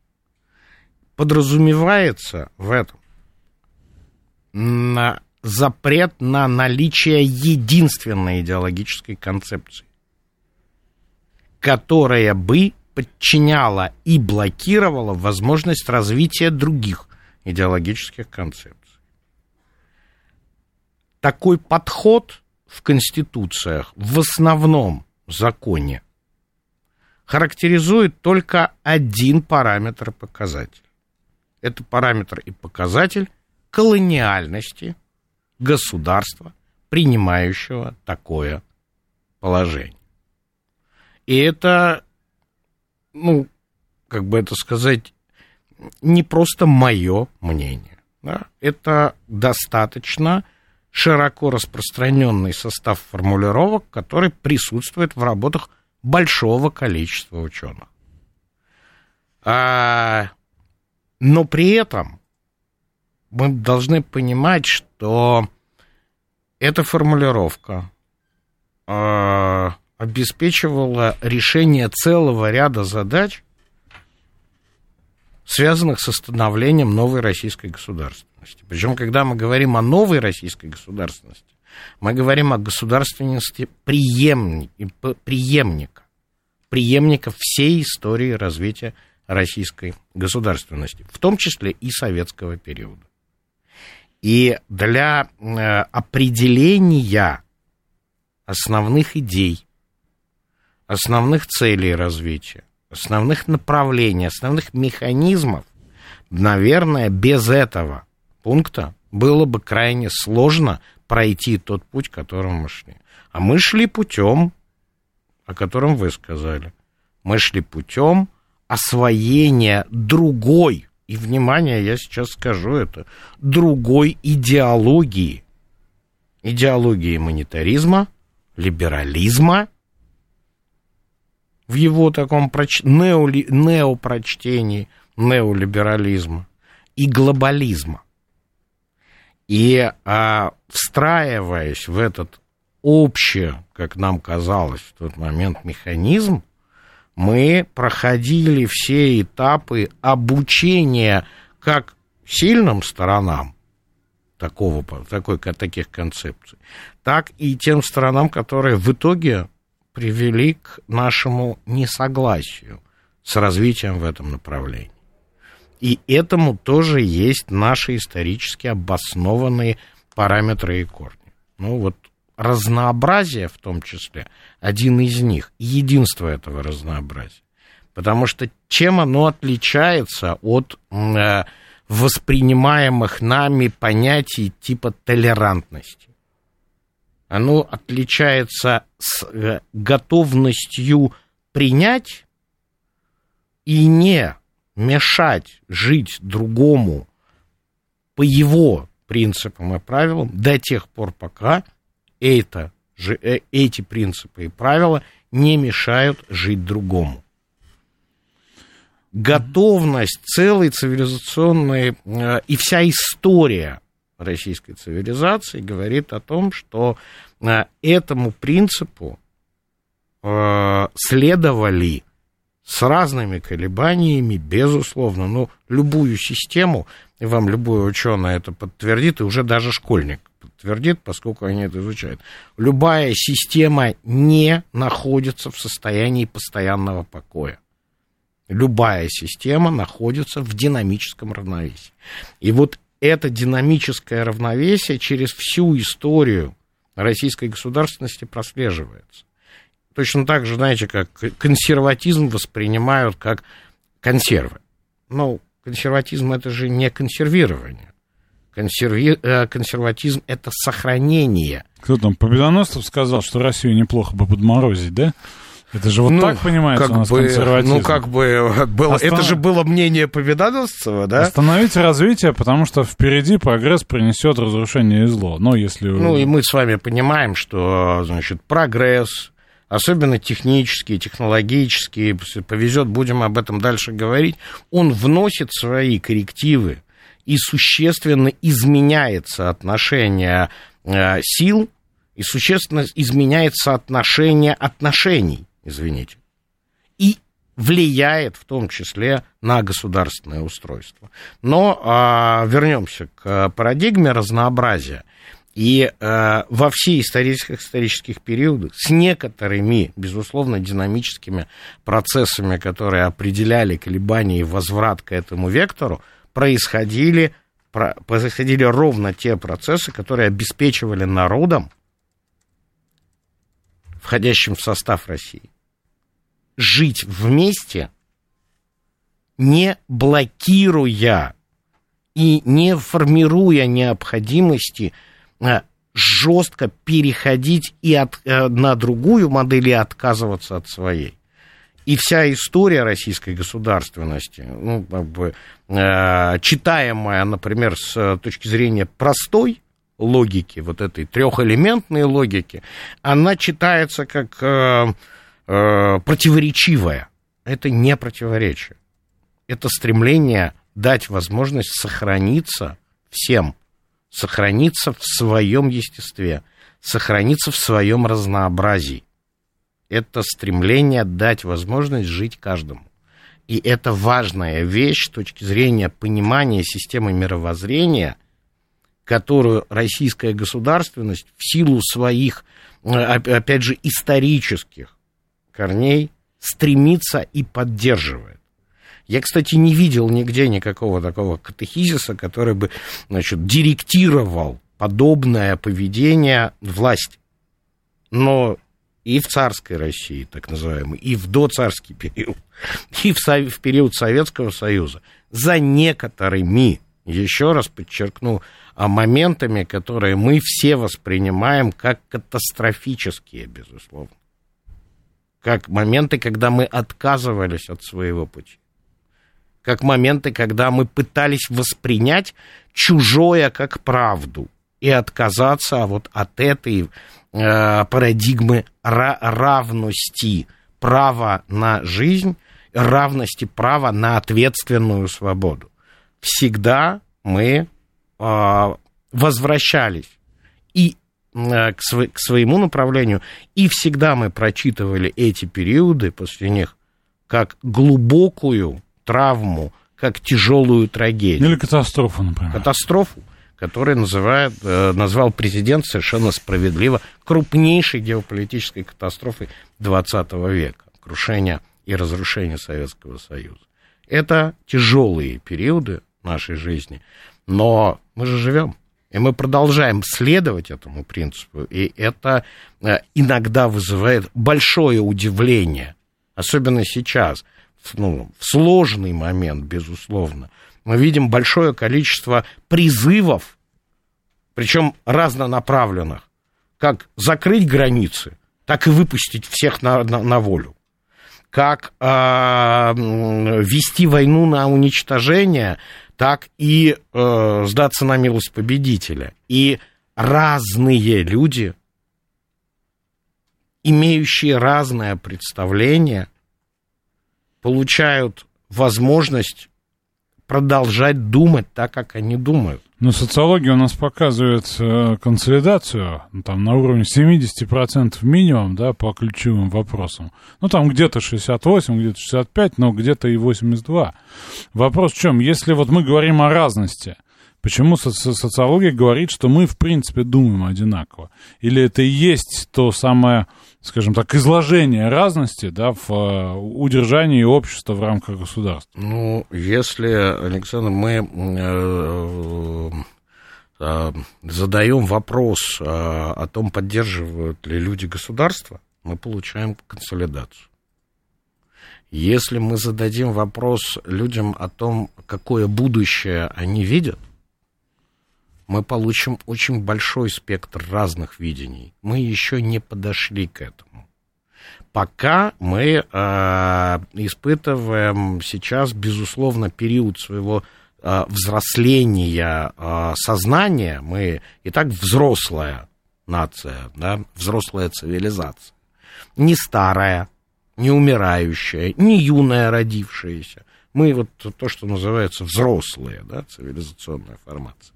Подразумевается в этом запрет на наличие единственной идеологической концепции, которая бы подчиняла и блокировала возможность развития других идеологических концепций. Такой подход в конституциях, в основном законе, характеризует только один параметр и показатель. это параметр и показатель колониальности государства, принимающего такое положение. И это, ну, как бы это сказать, не просто мое мнение. Да? Это достаточно широко распространенный состав формулировок, который присутствует в работах большого количества ученых. Но при этом мы должны понимать, что эта формулировка обеспечивала решение целого ряда задач, связанных с становлением новой российской государственности. Причем, когда мы говорим о новой российской государственности, мы говорим о государственности преемника всей истории развития российской государственности, в том числе и советского периода. И для определения основных идей, основных целей развития, основных направлений, основных механизмов, наверное, без этого пункта было бы крайне сложно пройти тот путь, которым мы шли. А мы шли путем, о котором вы сказали. Мы шли путем освоения другой, и, внимание, я сейчас скажу это, другой идеологии. Идеологии монетаризма, либерализма, в его таком неопрочтении, неолиберализма и глобализма. И встраиваясь в этот общий, как нам казалось в тот момент, механизм, мы проходили все этапы обучения как сильным сторонам таких концепций, так и тем сторонам, которые в итоге привели к нашему несогласию с развитием в этом направлении. И этому тоже есть наши исторически обоснованные параметры и корни. Ну вот разнообразие в том числе один из них, единство этого разнообразия. Потому что чем оно отличается от воспринимаемых нами понятий типа толерантности? Оно отличается с готовностью принять и не мешать жить другому по его принципам и правилам до тех пор, пока эти принципы и правила не мешают жить другому. Готовность целой цивилизационной и вся история российской цивилизации говорит о том, что этому принципу следовали с разными колебаниями, безусловно, но любую систему, и вам любой ученый это подтвердит, и уже даже школьник подтвердит, поскольку они это изучают, любая система не находится в состоянии постоянного покоя. Любая система находится в динамическом равновесии. И вот это динамическое равновесие через всю историю российской государственности прослеживается. Точно так же, знаете, как консерватизм воспринимают как консервы. Ну, консерватизм — это же не консервирование. Консерватизм — это сохранение. Кто там, Победоносцев сказал, что Россию неплохо бы подморозить, да? Это же вот так понимается у нас консерватизм. Ну, как бы, было, это же было мнение Победоносцева, да? Остановите развитие, потому что впереди прогресс принесет разрушение и зло. Но если... Ну, и мы с вами понимаем, что, значит, прогресс, особенно технический, технологический, если повезет, будем об этом дальше говорить, он вносит свои коррективы и существенно изменяет соотношение сил, и существенно изменяет соотношение отношений, извините, и влияет в том числе на государственное устройство. Но вернемся к парадигме разнообразия. И во все исторических периодах с некоторыми, безусловно, динамическими процессами, которые определяли колебания и возврат к этому вектору, происходили ровно те процессы, которые обеспечивали народам, входящим в состав России, жить вместе, не блокируя и не формируя необходимости жестко переходить на другую модель и отказываться от своей. И вся история российской государственности, читаемая, например, с точки зрения простой логики, вот этой трехэлементной логики, она читается как противоречивая. Это не противоречие. Это стремление дать возможность сохраниться всем, сохраниться в своем естестве, сохраниться в своем разнообразии. Это стремление дать возможность жить каждому. И это важная вещь с точки зрения понимания системы мировоззрения, которую российская государственность в силу своих, опять же, исторических корней стремится и поддерживает. Я, кстати, не видел нигде никакого такого катехизиса, который бы, директировал подобное поведение власти. Но и в царской России, так называемой, и в доцарский период, и в период Советского Союза, за некоторыми, еще раз подчеркну, моментами, которые мы все воспринимаем как катастрофические, безусловно. Как моменты, когда мы отказывались от своего пути. Как моменты, когда мы пытались воспринять чужое как правду и отказаться вот от этой парадигмы равности права на жизнь, равности права на ответственную свободу. Всегда мы возвращались и к своему направлению, и всегда мы прочитывали эти периоды после них как глубокую травму, как тяжелую трагедию. Или катастрофу, например. Катастрофу, которую назвал президент совершенно справедливо крупнейшей геополитической катастрофой XX века. Крушение и разрушение Советского Союза. Это тяжелые периоды нашей жизни, но мы же живем. И мы продолжаем следовать этому принципу, и это иногда вызывает большое удивление, особенно сейчас, в сложный момент, безусловно. Мы видим большое количество призывов, причем разнонаправленных, как закрыть границы, так и выпустить всех на волю, как вести войну на уничтожение, так и сдаться на милость победителя. И разные люди, имеющие разное представление, получают возможность продолжать думать так, как они думают. Но социология у нас показывает консолидацию там, на уровне 70% минимум, да, по ключевым вопросам. Там где-то 68, где-то 65, но где-то и 82. Вопрос в чем? Если вот мы говорим о разности, почему социология говорит, что мы, в принципе, думаем одинаково? Или это и есть то самое, скажем так, изложение разности, да, в удержании общества в рамках государства? Если, Александр, мы задаем вопрос о том, поддерживают ли люди государство, мы получаем консолидацию. Если мы зададим вопрос людям о том, какое будущее они видят, мы получим очень большой спектр разных видений. Мы еще не подошли к этому. Пока мы испытываем сейчас, безусловно, период своего взросления сознания. Мы и так взрослая нация, да, взрослая цивилизация. Не старая, не умирающая, не юная родившаяся. Мы вот то, что называется взрослые, да, цивилизационная формация.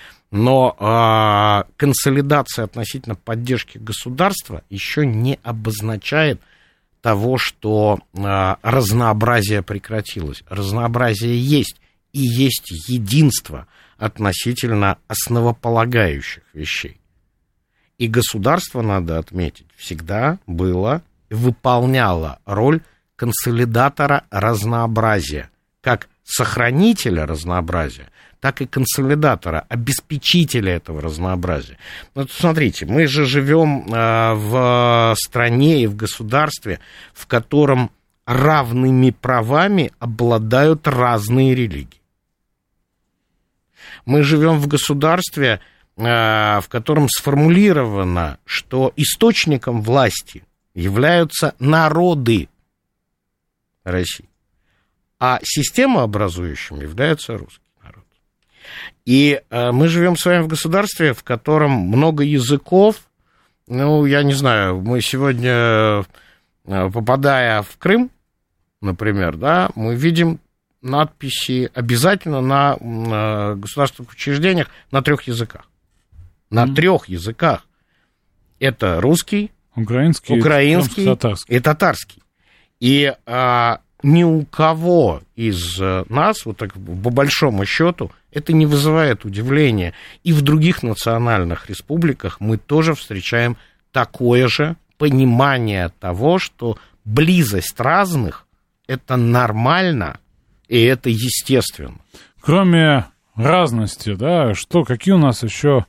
Но консолидация относительно поддержки государства еще не обозначает того, что разнообразие прекратилось. Разнообразие есть, и есть единство относительно основополагающих вещей. И государство, надо отметить, всегда было и выполняло роль консолидатора разнообразия, как сохранителя разнообразия, так и консолидатора, обеспечителя этого разнообразия. Смотрите, мы же живем в стране и в государстве, в котором равными правами обладают разные религии. Мы живем в государстве, в котором сформулировано, что источником власти являются народы России, а системообразующим является русский народ. И мы живем с вами в государстве, в котором много языков. Ну, я не знаю, мы сегодня, попадая в Крым, например, да, мы видим надписи обязательно на государственных учреждениях на 3 языках. На 3 языках. Это русский, украинский и татарский. И ни у кого из нас, вот так по большому счету, это не вызывает удивления. И в других национальных республиках мы тоже встречаем такое же понимание того, что близость разных – это нормально, и это естественно. Кроме разности, да, какие у нас еще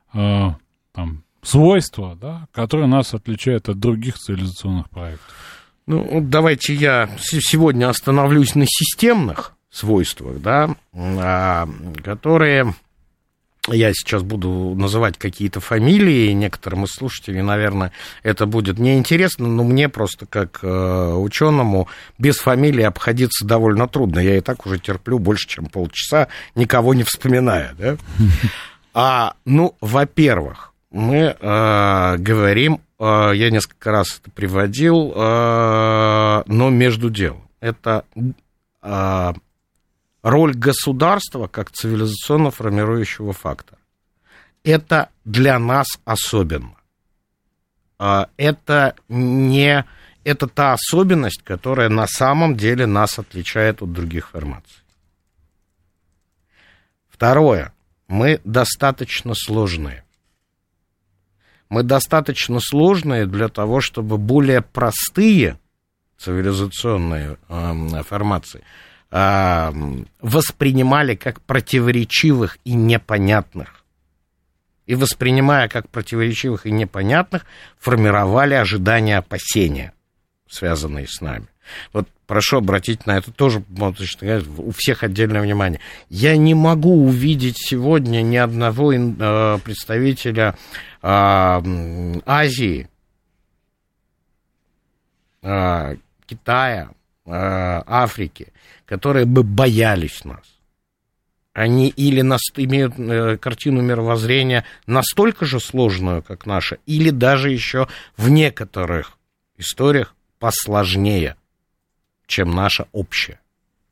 свойства, да, которые нас отличают от других цивилизационных проектов? Ну, давайте я сегодня остановлюсь на системных свойствах, да, которые... Я сейчас буду называть какие-то фамилии, некоторым из слушателей, наверное, это будет неинтересно, но мне просто как ученому без фамилии обходиться довольно трудно. Я и так уже терплю больше, чем полчаса, никого не вспоминая. Да? Во-первых, мы говорим, я несколько раз это приводил, но между делом. Это роль государства как цивилизационно формирующего фактора. Это для нас особенно. Это та особенность, которая на самом деле нас отличает от других формаций. Второе. Мы достаточно сложные. Мы достаточно сложные для того, чтобы более простые цивилизационные формации воспринимали как противоречивых и непонятных. И воспринимая как противоречивых и непонятных, формировали ожидания, опасения, связанные с нами. Вот прошу обратить на это тоже, у всех отдельное внимание. Я не могу увидеть сегодня ни одного представителя Азии, Китая, Африки, которые бы боялись нас. Они или имеют картину мировоззрения настолько же сложную, как наша, или даже еще в некоторых историях посложнее, чем наша общая.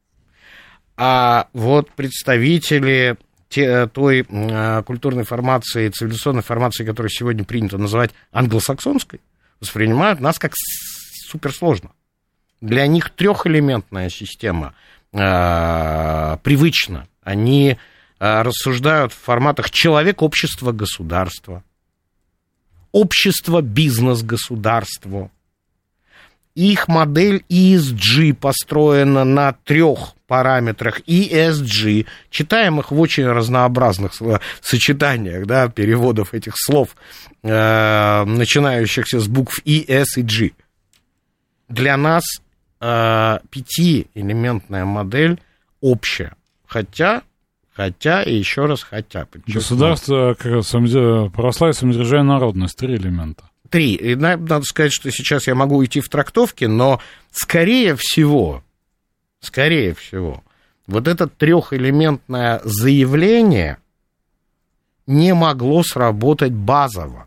А вот представители той культурной формации, цивилизационной формации, которую сегодня принято называть англосаксонской, воспринимают нас как суперсложно. Для них трехэлементная система привычна. Они рассуждают в форматах человек, общество, государство. Общество, бизнес, государство. Их модель ESG построена на 3 параметрах ESG, читаемых в очень разнообразных сочетаниях, да, переводов этих слов, начинающихся с букв E, S и G. Для нас 5-элементная модель общая. Хотя, и еще раз хотя. Государство, православие, самодержавие, народность, 3 элемента. 3. И надо сказать, что сейчас я могу уйти в трактовки, но скорее всего, вот это 3-элементное заявление не могло сработать базово.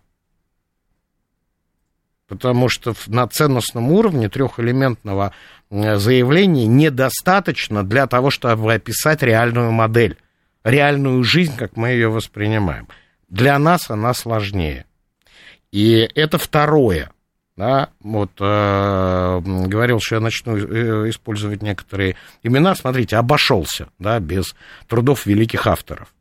Потому что на ценностном уровне 3-элементного заявления недостаточно для того, чтобы описать реальную модель, реальную жизнь, как мы ее воспринимаем. Для нас она сложнее. И это второе. Да? Вот говорил, что я начну использовать некоторые имена. Смотрите, обошелся, да, без трудов великих авторов.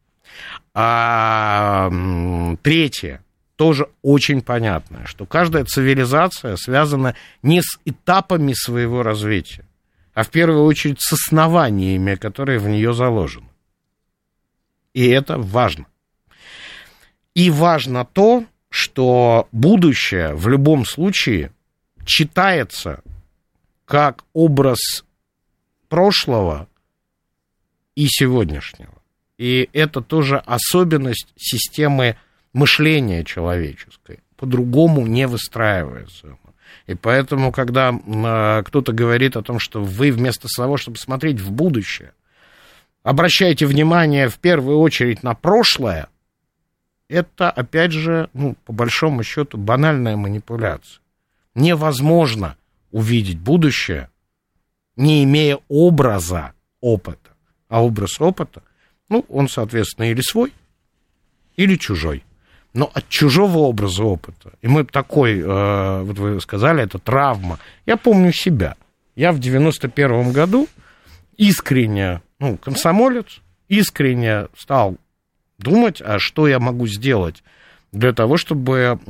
Третье. Тоже очень понятно, что каждая цивилизация связана не с этапами своего развития, а в первую очередь с основаниями, которые в нее заложены. И это важно. И важно то, что будущее в любом случае читается как образ прошлого и сегодняшнего. И это тоже особенность системы мышления человеческой. По-другому не выстраивается. И поэтому, когда кто-то говорит о том, что вы вместо того, чтобы смотреть в будущее, обращайте внимание в первую очередь на прошлое, это, опять же, по большому счету, банальная манипуляция. Невозможно увидеть будущее, не имея образа опыта. А образ опыта, он, соответственно, или свой, или чужой. Но от чужого образа опыта, и мы такой, вот вы сказали, это травма. Я помню себя. Я в 91-м году искренне, комсомолец, искренне стал думать, а что я могу сделать для того, чтобы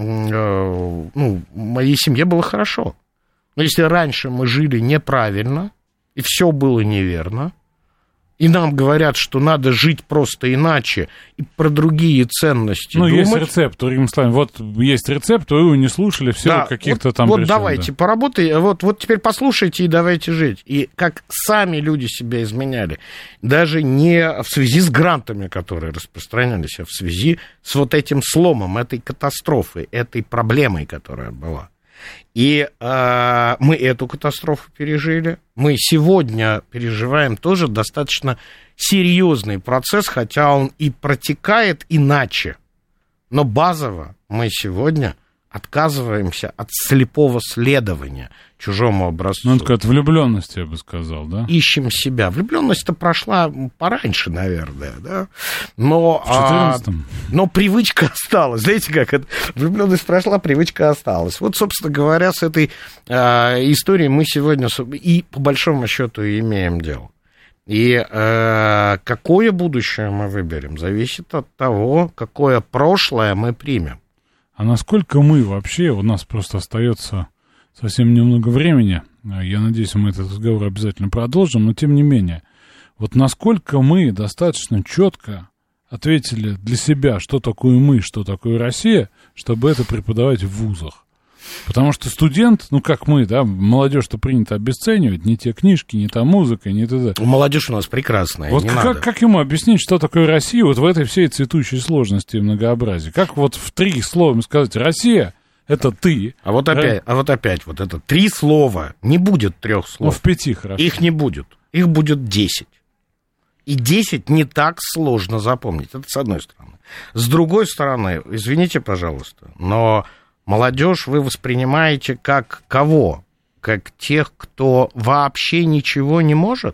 моей семье было хорошо. Но если раньше мы жили неправильно, и все было неверно, и нам говорят, что надо жить просто иначе, и про другие ценности думать. Есть рецепт, Игорь Мславович, вот есть рецепт, вы его не слушали, все да, каких-то там причин. Давайте, поработайте, вот теперь послушайте и давайте жить. И как сами люди себя изменяли, даже не в связи с грантами, которые распространялись, а в связи с вот этим сломом, этой катастрофой, этой проблемой, которая была. И мы эту катастрофу пережили. Мы сегодня переживаем тоже достаточно серьезный процесс, хотя он и протекает иначе. Но базово мы сегодня отказываемся от слепого следования чужому образцу. Это какая-то влюбленность, я бы сказал, да? Ищем себя. Влюбленность-то прошла пораньше, наверное, да? В 14-м. Но привычка осталась. Знаете, как это? Влюбленность прошла, привычка осталась. Вот, собственно говоря, с этой историей мы сегодня и по большому счету имеем дело. И какое будущее мы выберем, зависит от того, какое прошлое мы примем. А насколько мы вообще, у нас просто остается совсем немного времени, я надеюсь, мы этот разговор обязательно продолжим, но тем не менее, вот насколько мы достаточно четко ответили для себя, что такое мы, что такое Россия, чтобы это преподавать в вузах. Потому что студент, как мы, да, молодежь-то принято обесценивать, не те книжки, не та музыка, не т.д. Молодежь у нас прекрасная, вот не надо. Как ему объяснить, что такое Россия вот в этой всей цветущей сложности и многообразии? Как вот в 3 слова сказать «Россия» — это ты. А вот опять, вот это 3 слова, не будет 3 слов. В 5 хорошо. Их не будет, их будет 10. И 10 не так сложно запомнить, это с одной стороны. С другой стороны, извините, пожалуйста, но... Молодежь вы воспринимаете как кого? Как тех, кто вообще ничего не может?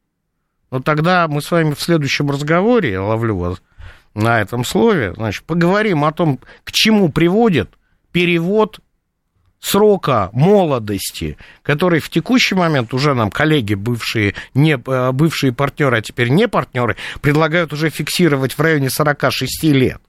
Тогда мы с вами в следующем разговоре, я ловлю вас на этом слове, поговорим о том, к чему приводит перевод срока молодости, который в текущий момент уже нам коллеги, бывшие партнеры, а теперь не партнеры, предлагают уже фиксировать в районе 46 лет.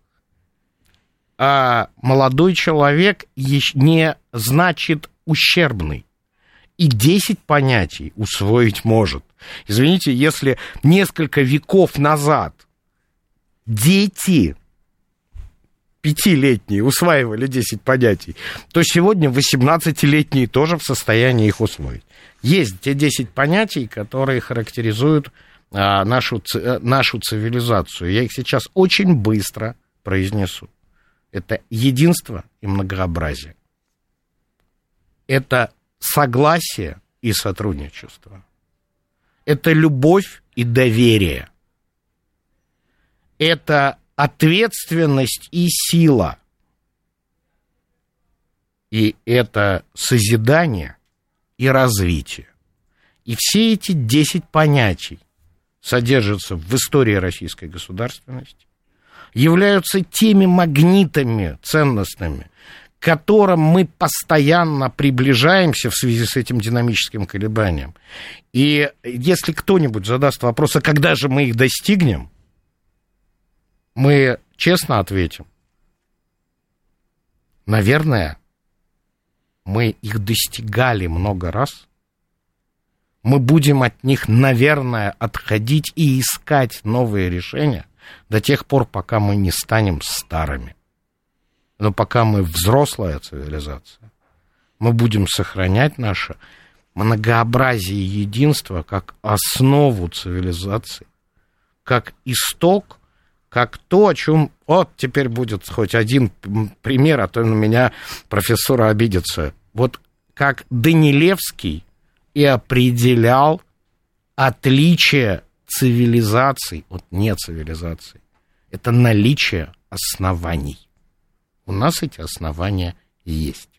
А молодой человек не значит ущербный. И 10 понятий усвоить может. Извините, если несколько веков назад дети 5-летние усваивали 10 понятий, то сегодня 18-летние тоже в состоянии их усвоить. Есть те 10 понятий, которые характеризуют нашу цивилизацию. Я их сейчас очень быстро произнесу. Это единство и многообразие. Это согласие и сотрудничество. Это любовь и доверие. Это ответственность и сила. И это созидание и развитие. И все эти 10 понятий содержатся в истории российской государственности, являются теми магнитами ценностными, к которым мы постоянно приближаемся в связи с этим динамическим колебанием. И если кто-нибудь задаст вопрос, а когда же мы их достигнем, мы честно ответим: наверное, мы их достигали много раз. Мы будем от них, наверное, отходить и искать новые решения до тех пор, пока мы не станем старыми. Но пока мы взрослая цивилизация, мы будем сохранять наше многообразие и единство как основу цивилизации, как исток, как то, о чем... Вот теперь будет хоть один пример, а то на меня профессора обидится. Вот как Данилевский и определял отличие цивилизаций от нецивилизаций. Это наличие оснований. У нас эти основания есть.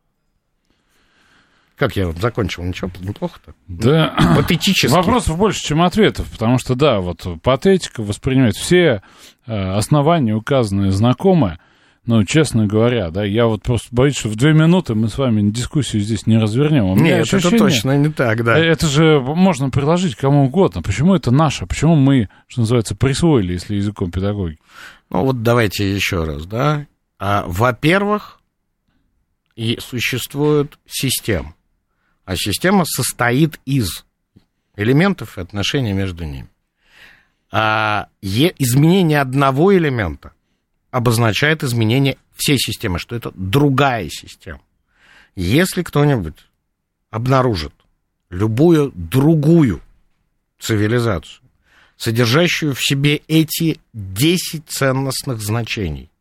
Как я закончил? Ничего, неплохо-то? Да. Патетически. Вопросов больше, чем ответов, потому что, да, вот патетика воспринимает все основания, указанные знакомые, но, честно говоря, да, я вот просто боюсь, что в 2 минуты мы с вами дискуссию здесь не развернем. Нет, это точно не так, да. Это же можно приложить кому угодно. Почему это наше? Почему мы, что называется, присвоили, если языком педагогики? Ну, вот давайте еще раз, да. Во-первых, и существует система. А система состоит из элементов и отношений между ними. Изменение одного элемента обозначает изменение всей системы, что это другая система. Если кто-нибудь обнаружит любую другую цивилизацию, содержащую в себе эти 10 ценностных значений,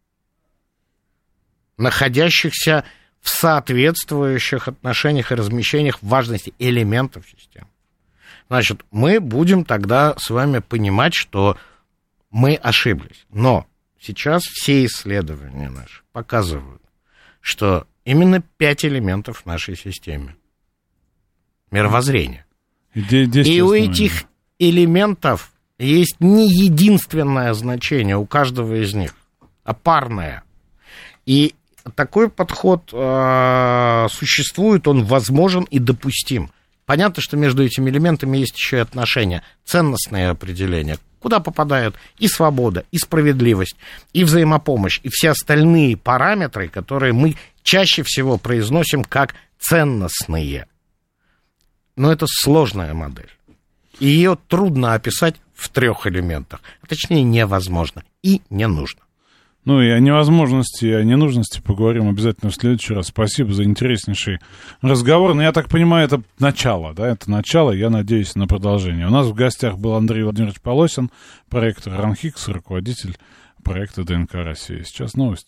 находящихся в соответствующих отношениях и размещениях важности элементов системы, значит, мы будем тогда с вами понимать, что мы ошиблись. Но сейчас все исследования наши показывают, что именно 5 элементов в нашей системе мировоззрения. И у этих элементов есть не единственное значение у каждого из них, а парное. И такой подход существует, он возможен и допустим. Понятно, что между этими элементами есть еще и отношения, ценностные определения, куда попадают и свобода, и справедливость, и взаимопомощь, и все остальные параметры, которые мы чаще всего произносим как ценностные. Но это сложная модель. И ее трудно описать в 3 элементах. А точнее, невозможно и не нужно. Ну и о невозможности, и о ненужности поговорим обязательно в следующий раз. Спасибо за интереснейший разговор. Но я так понимаю, это начало, да? Это начало, я надеюсь на продолжение. У нас в гостях был Андрей Владимирович Полосин, проектор РАНХИКС, руководитель проекта ДНК России. Сейчас новости.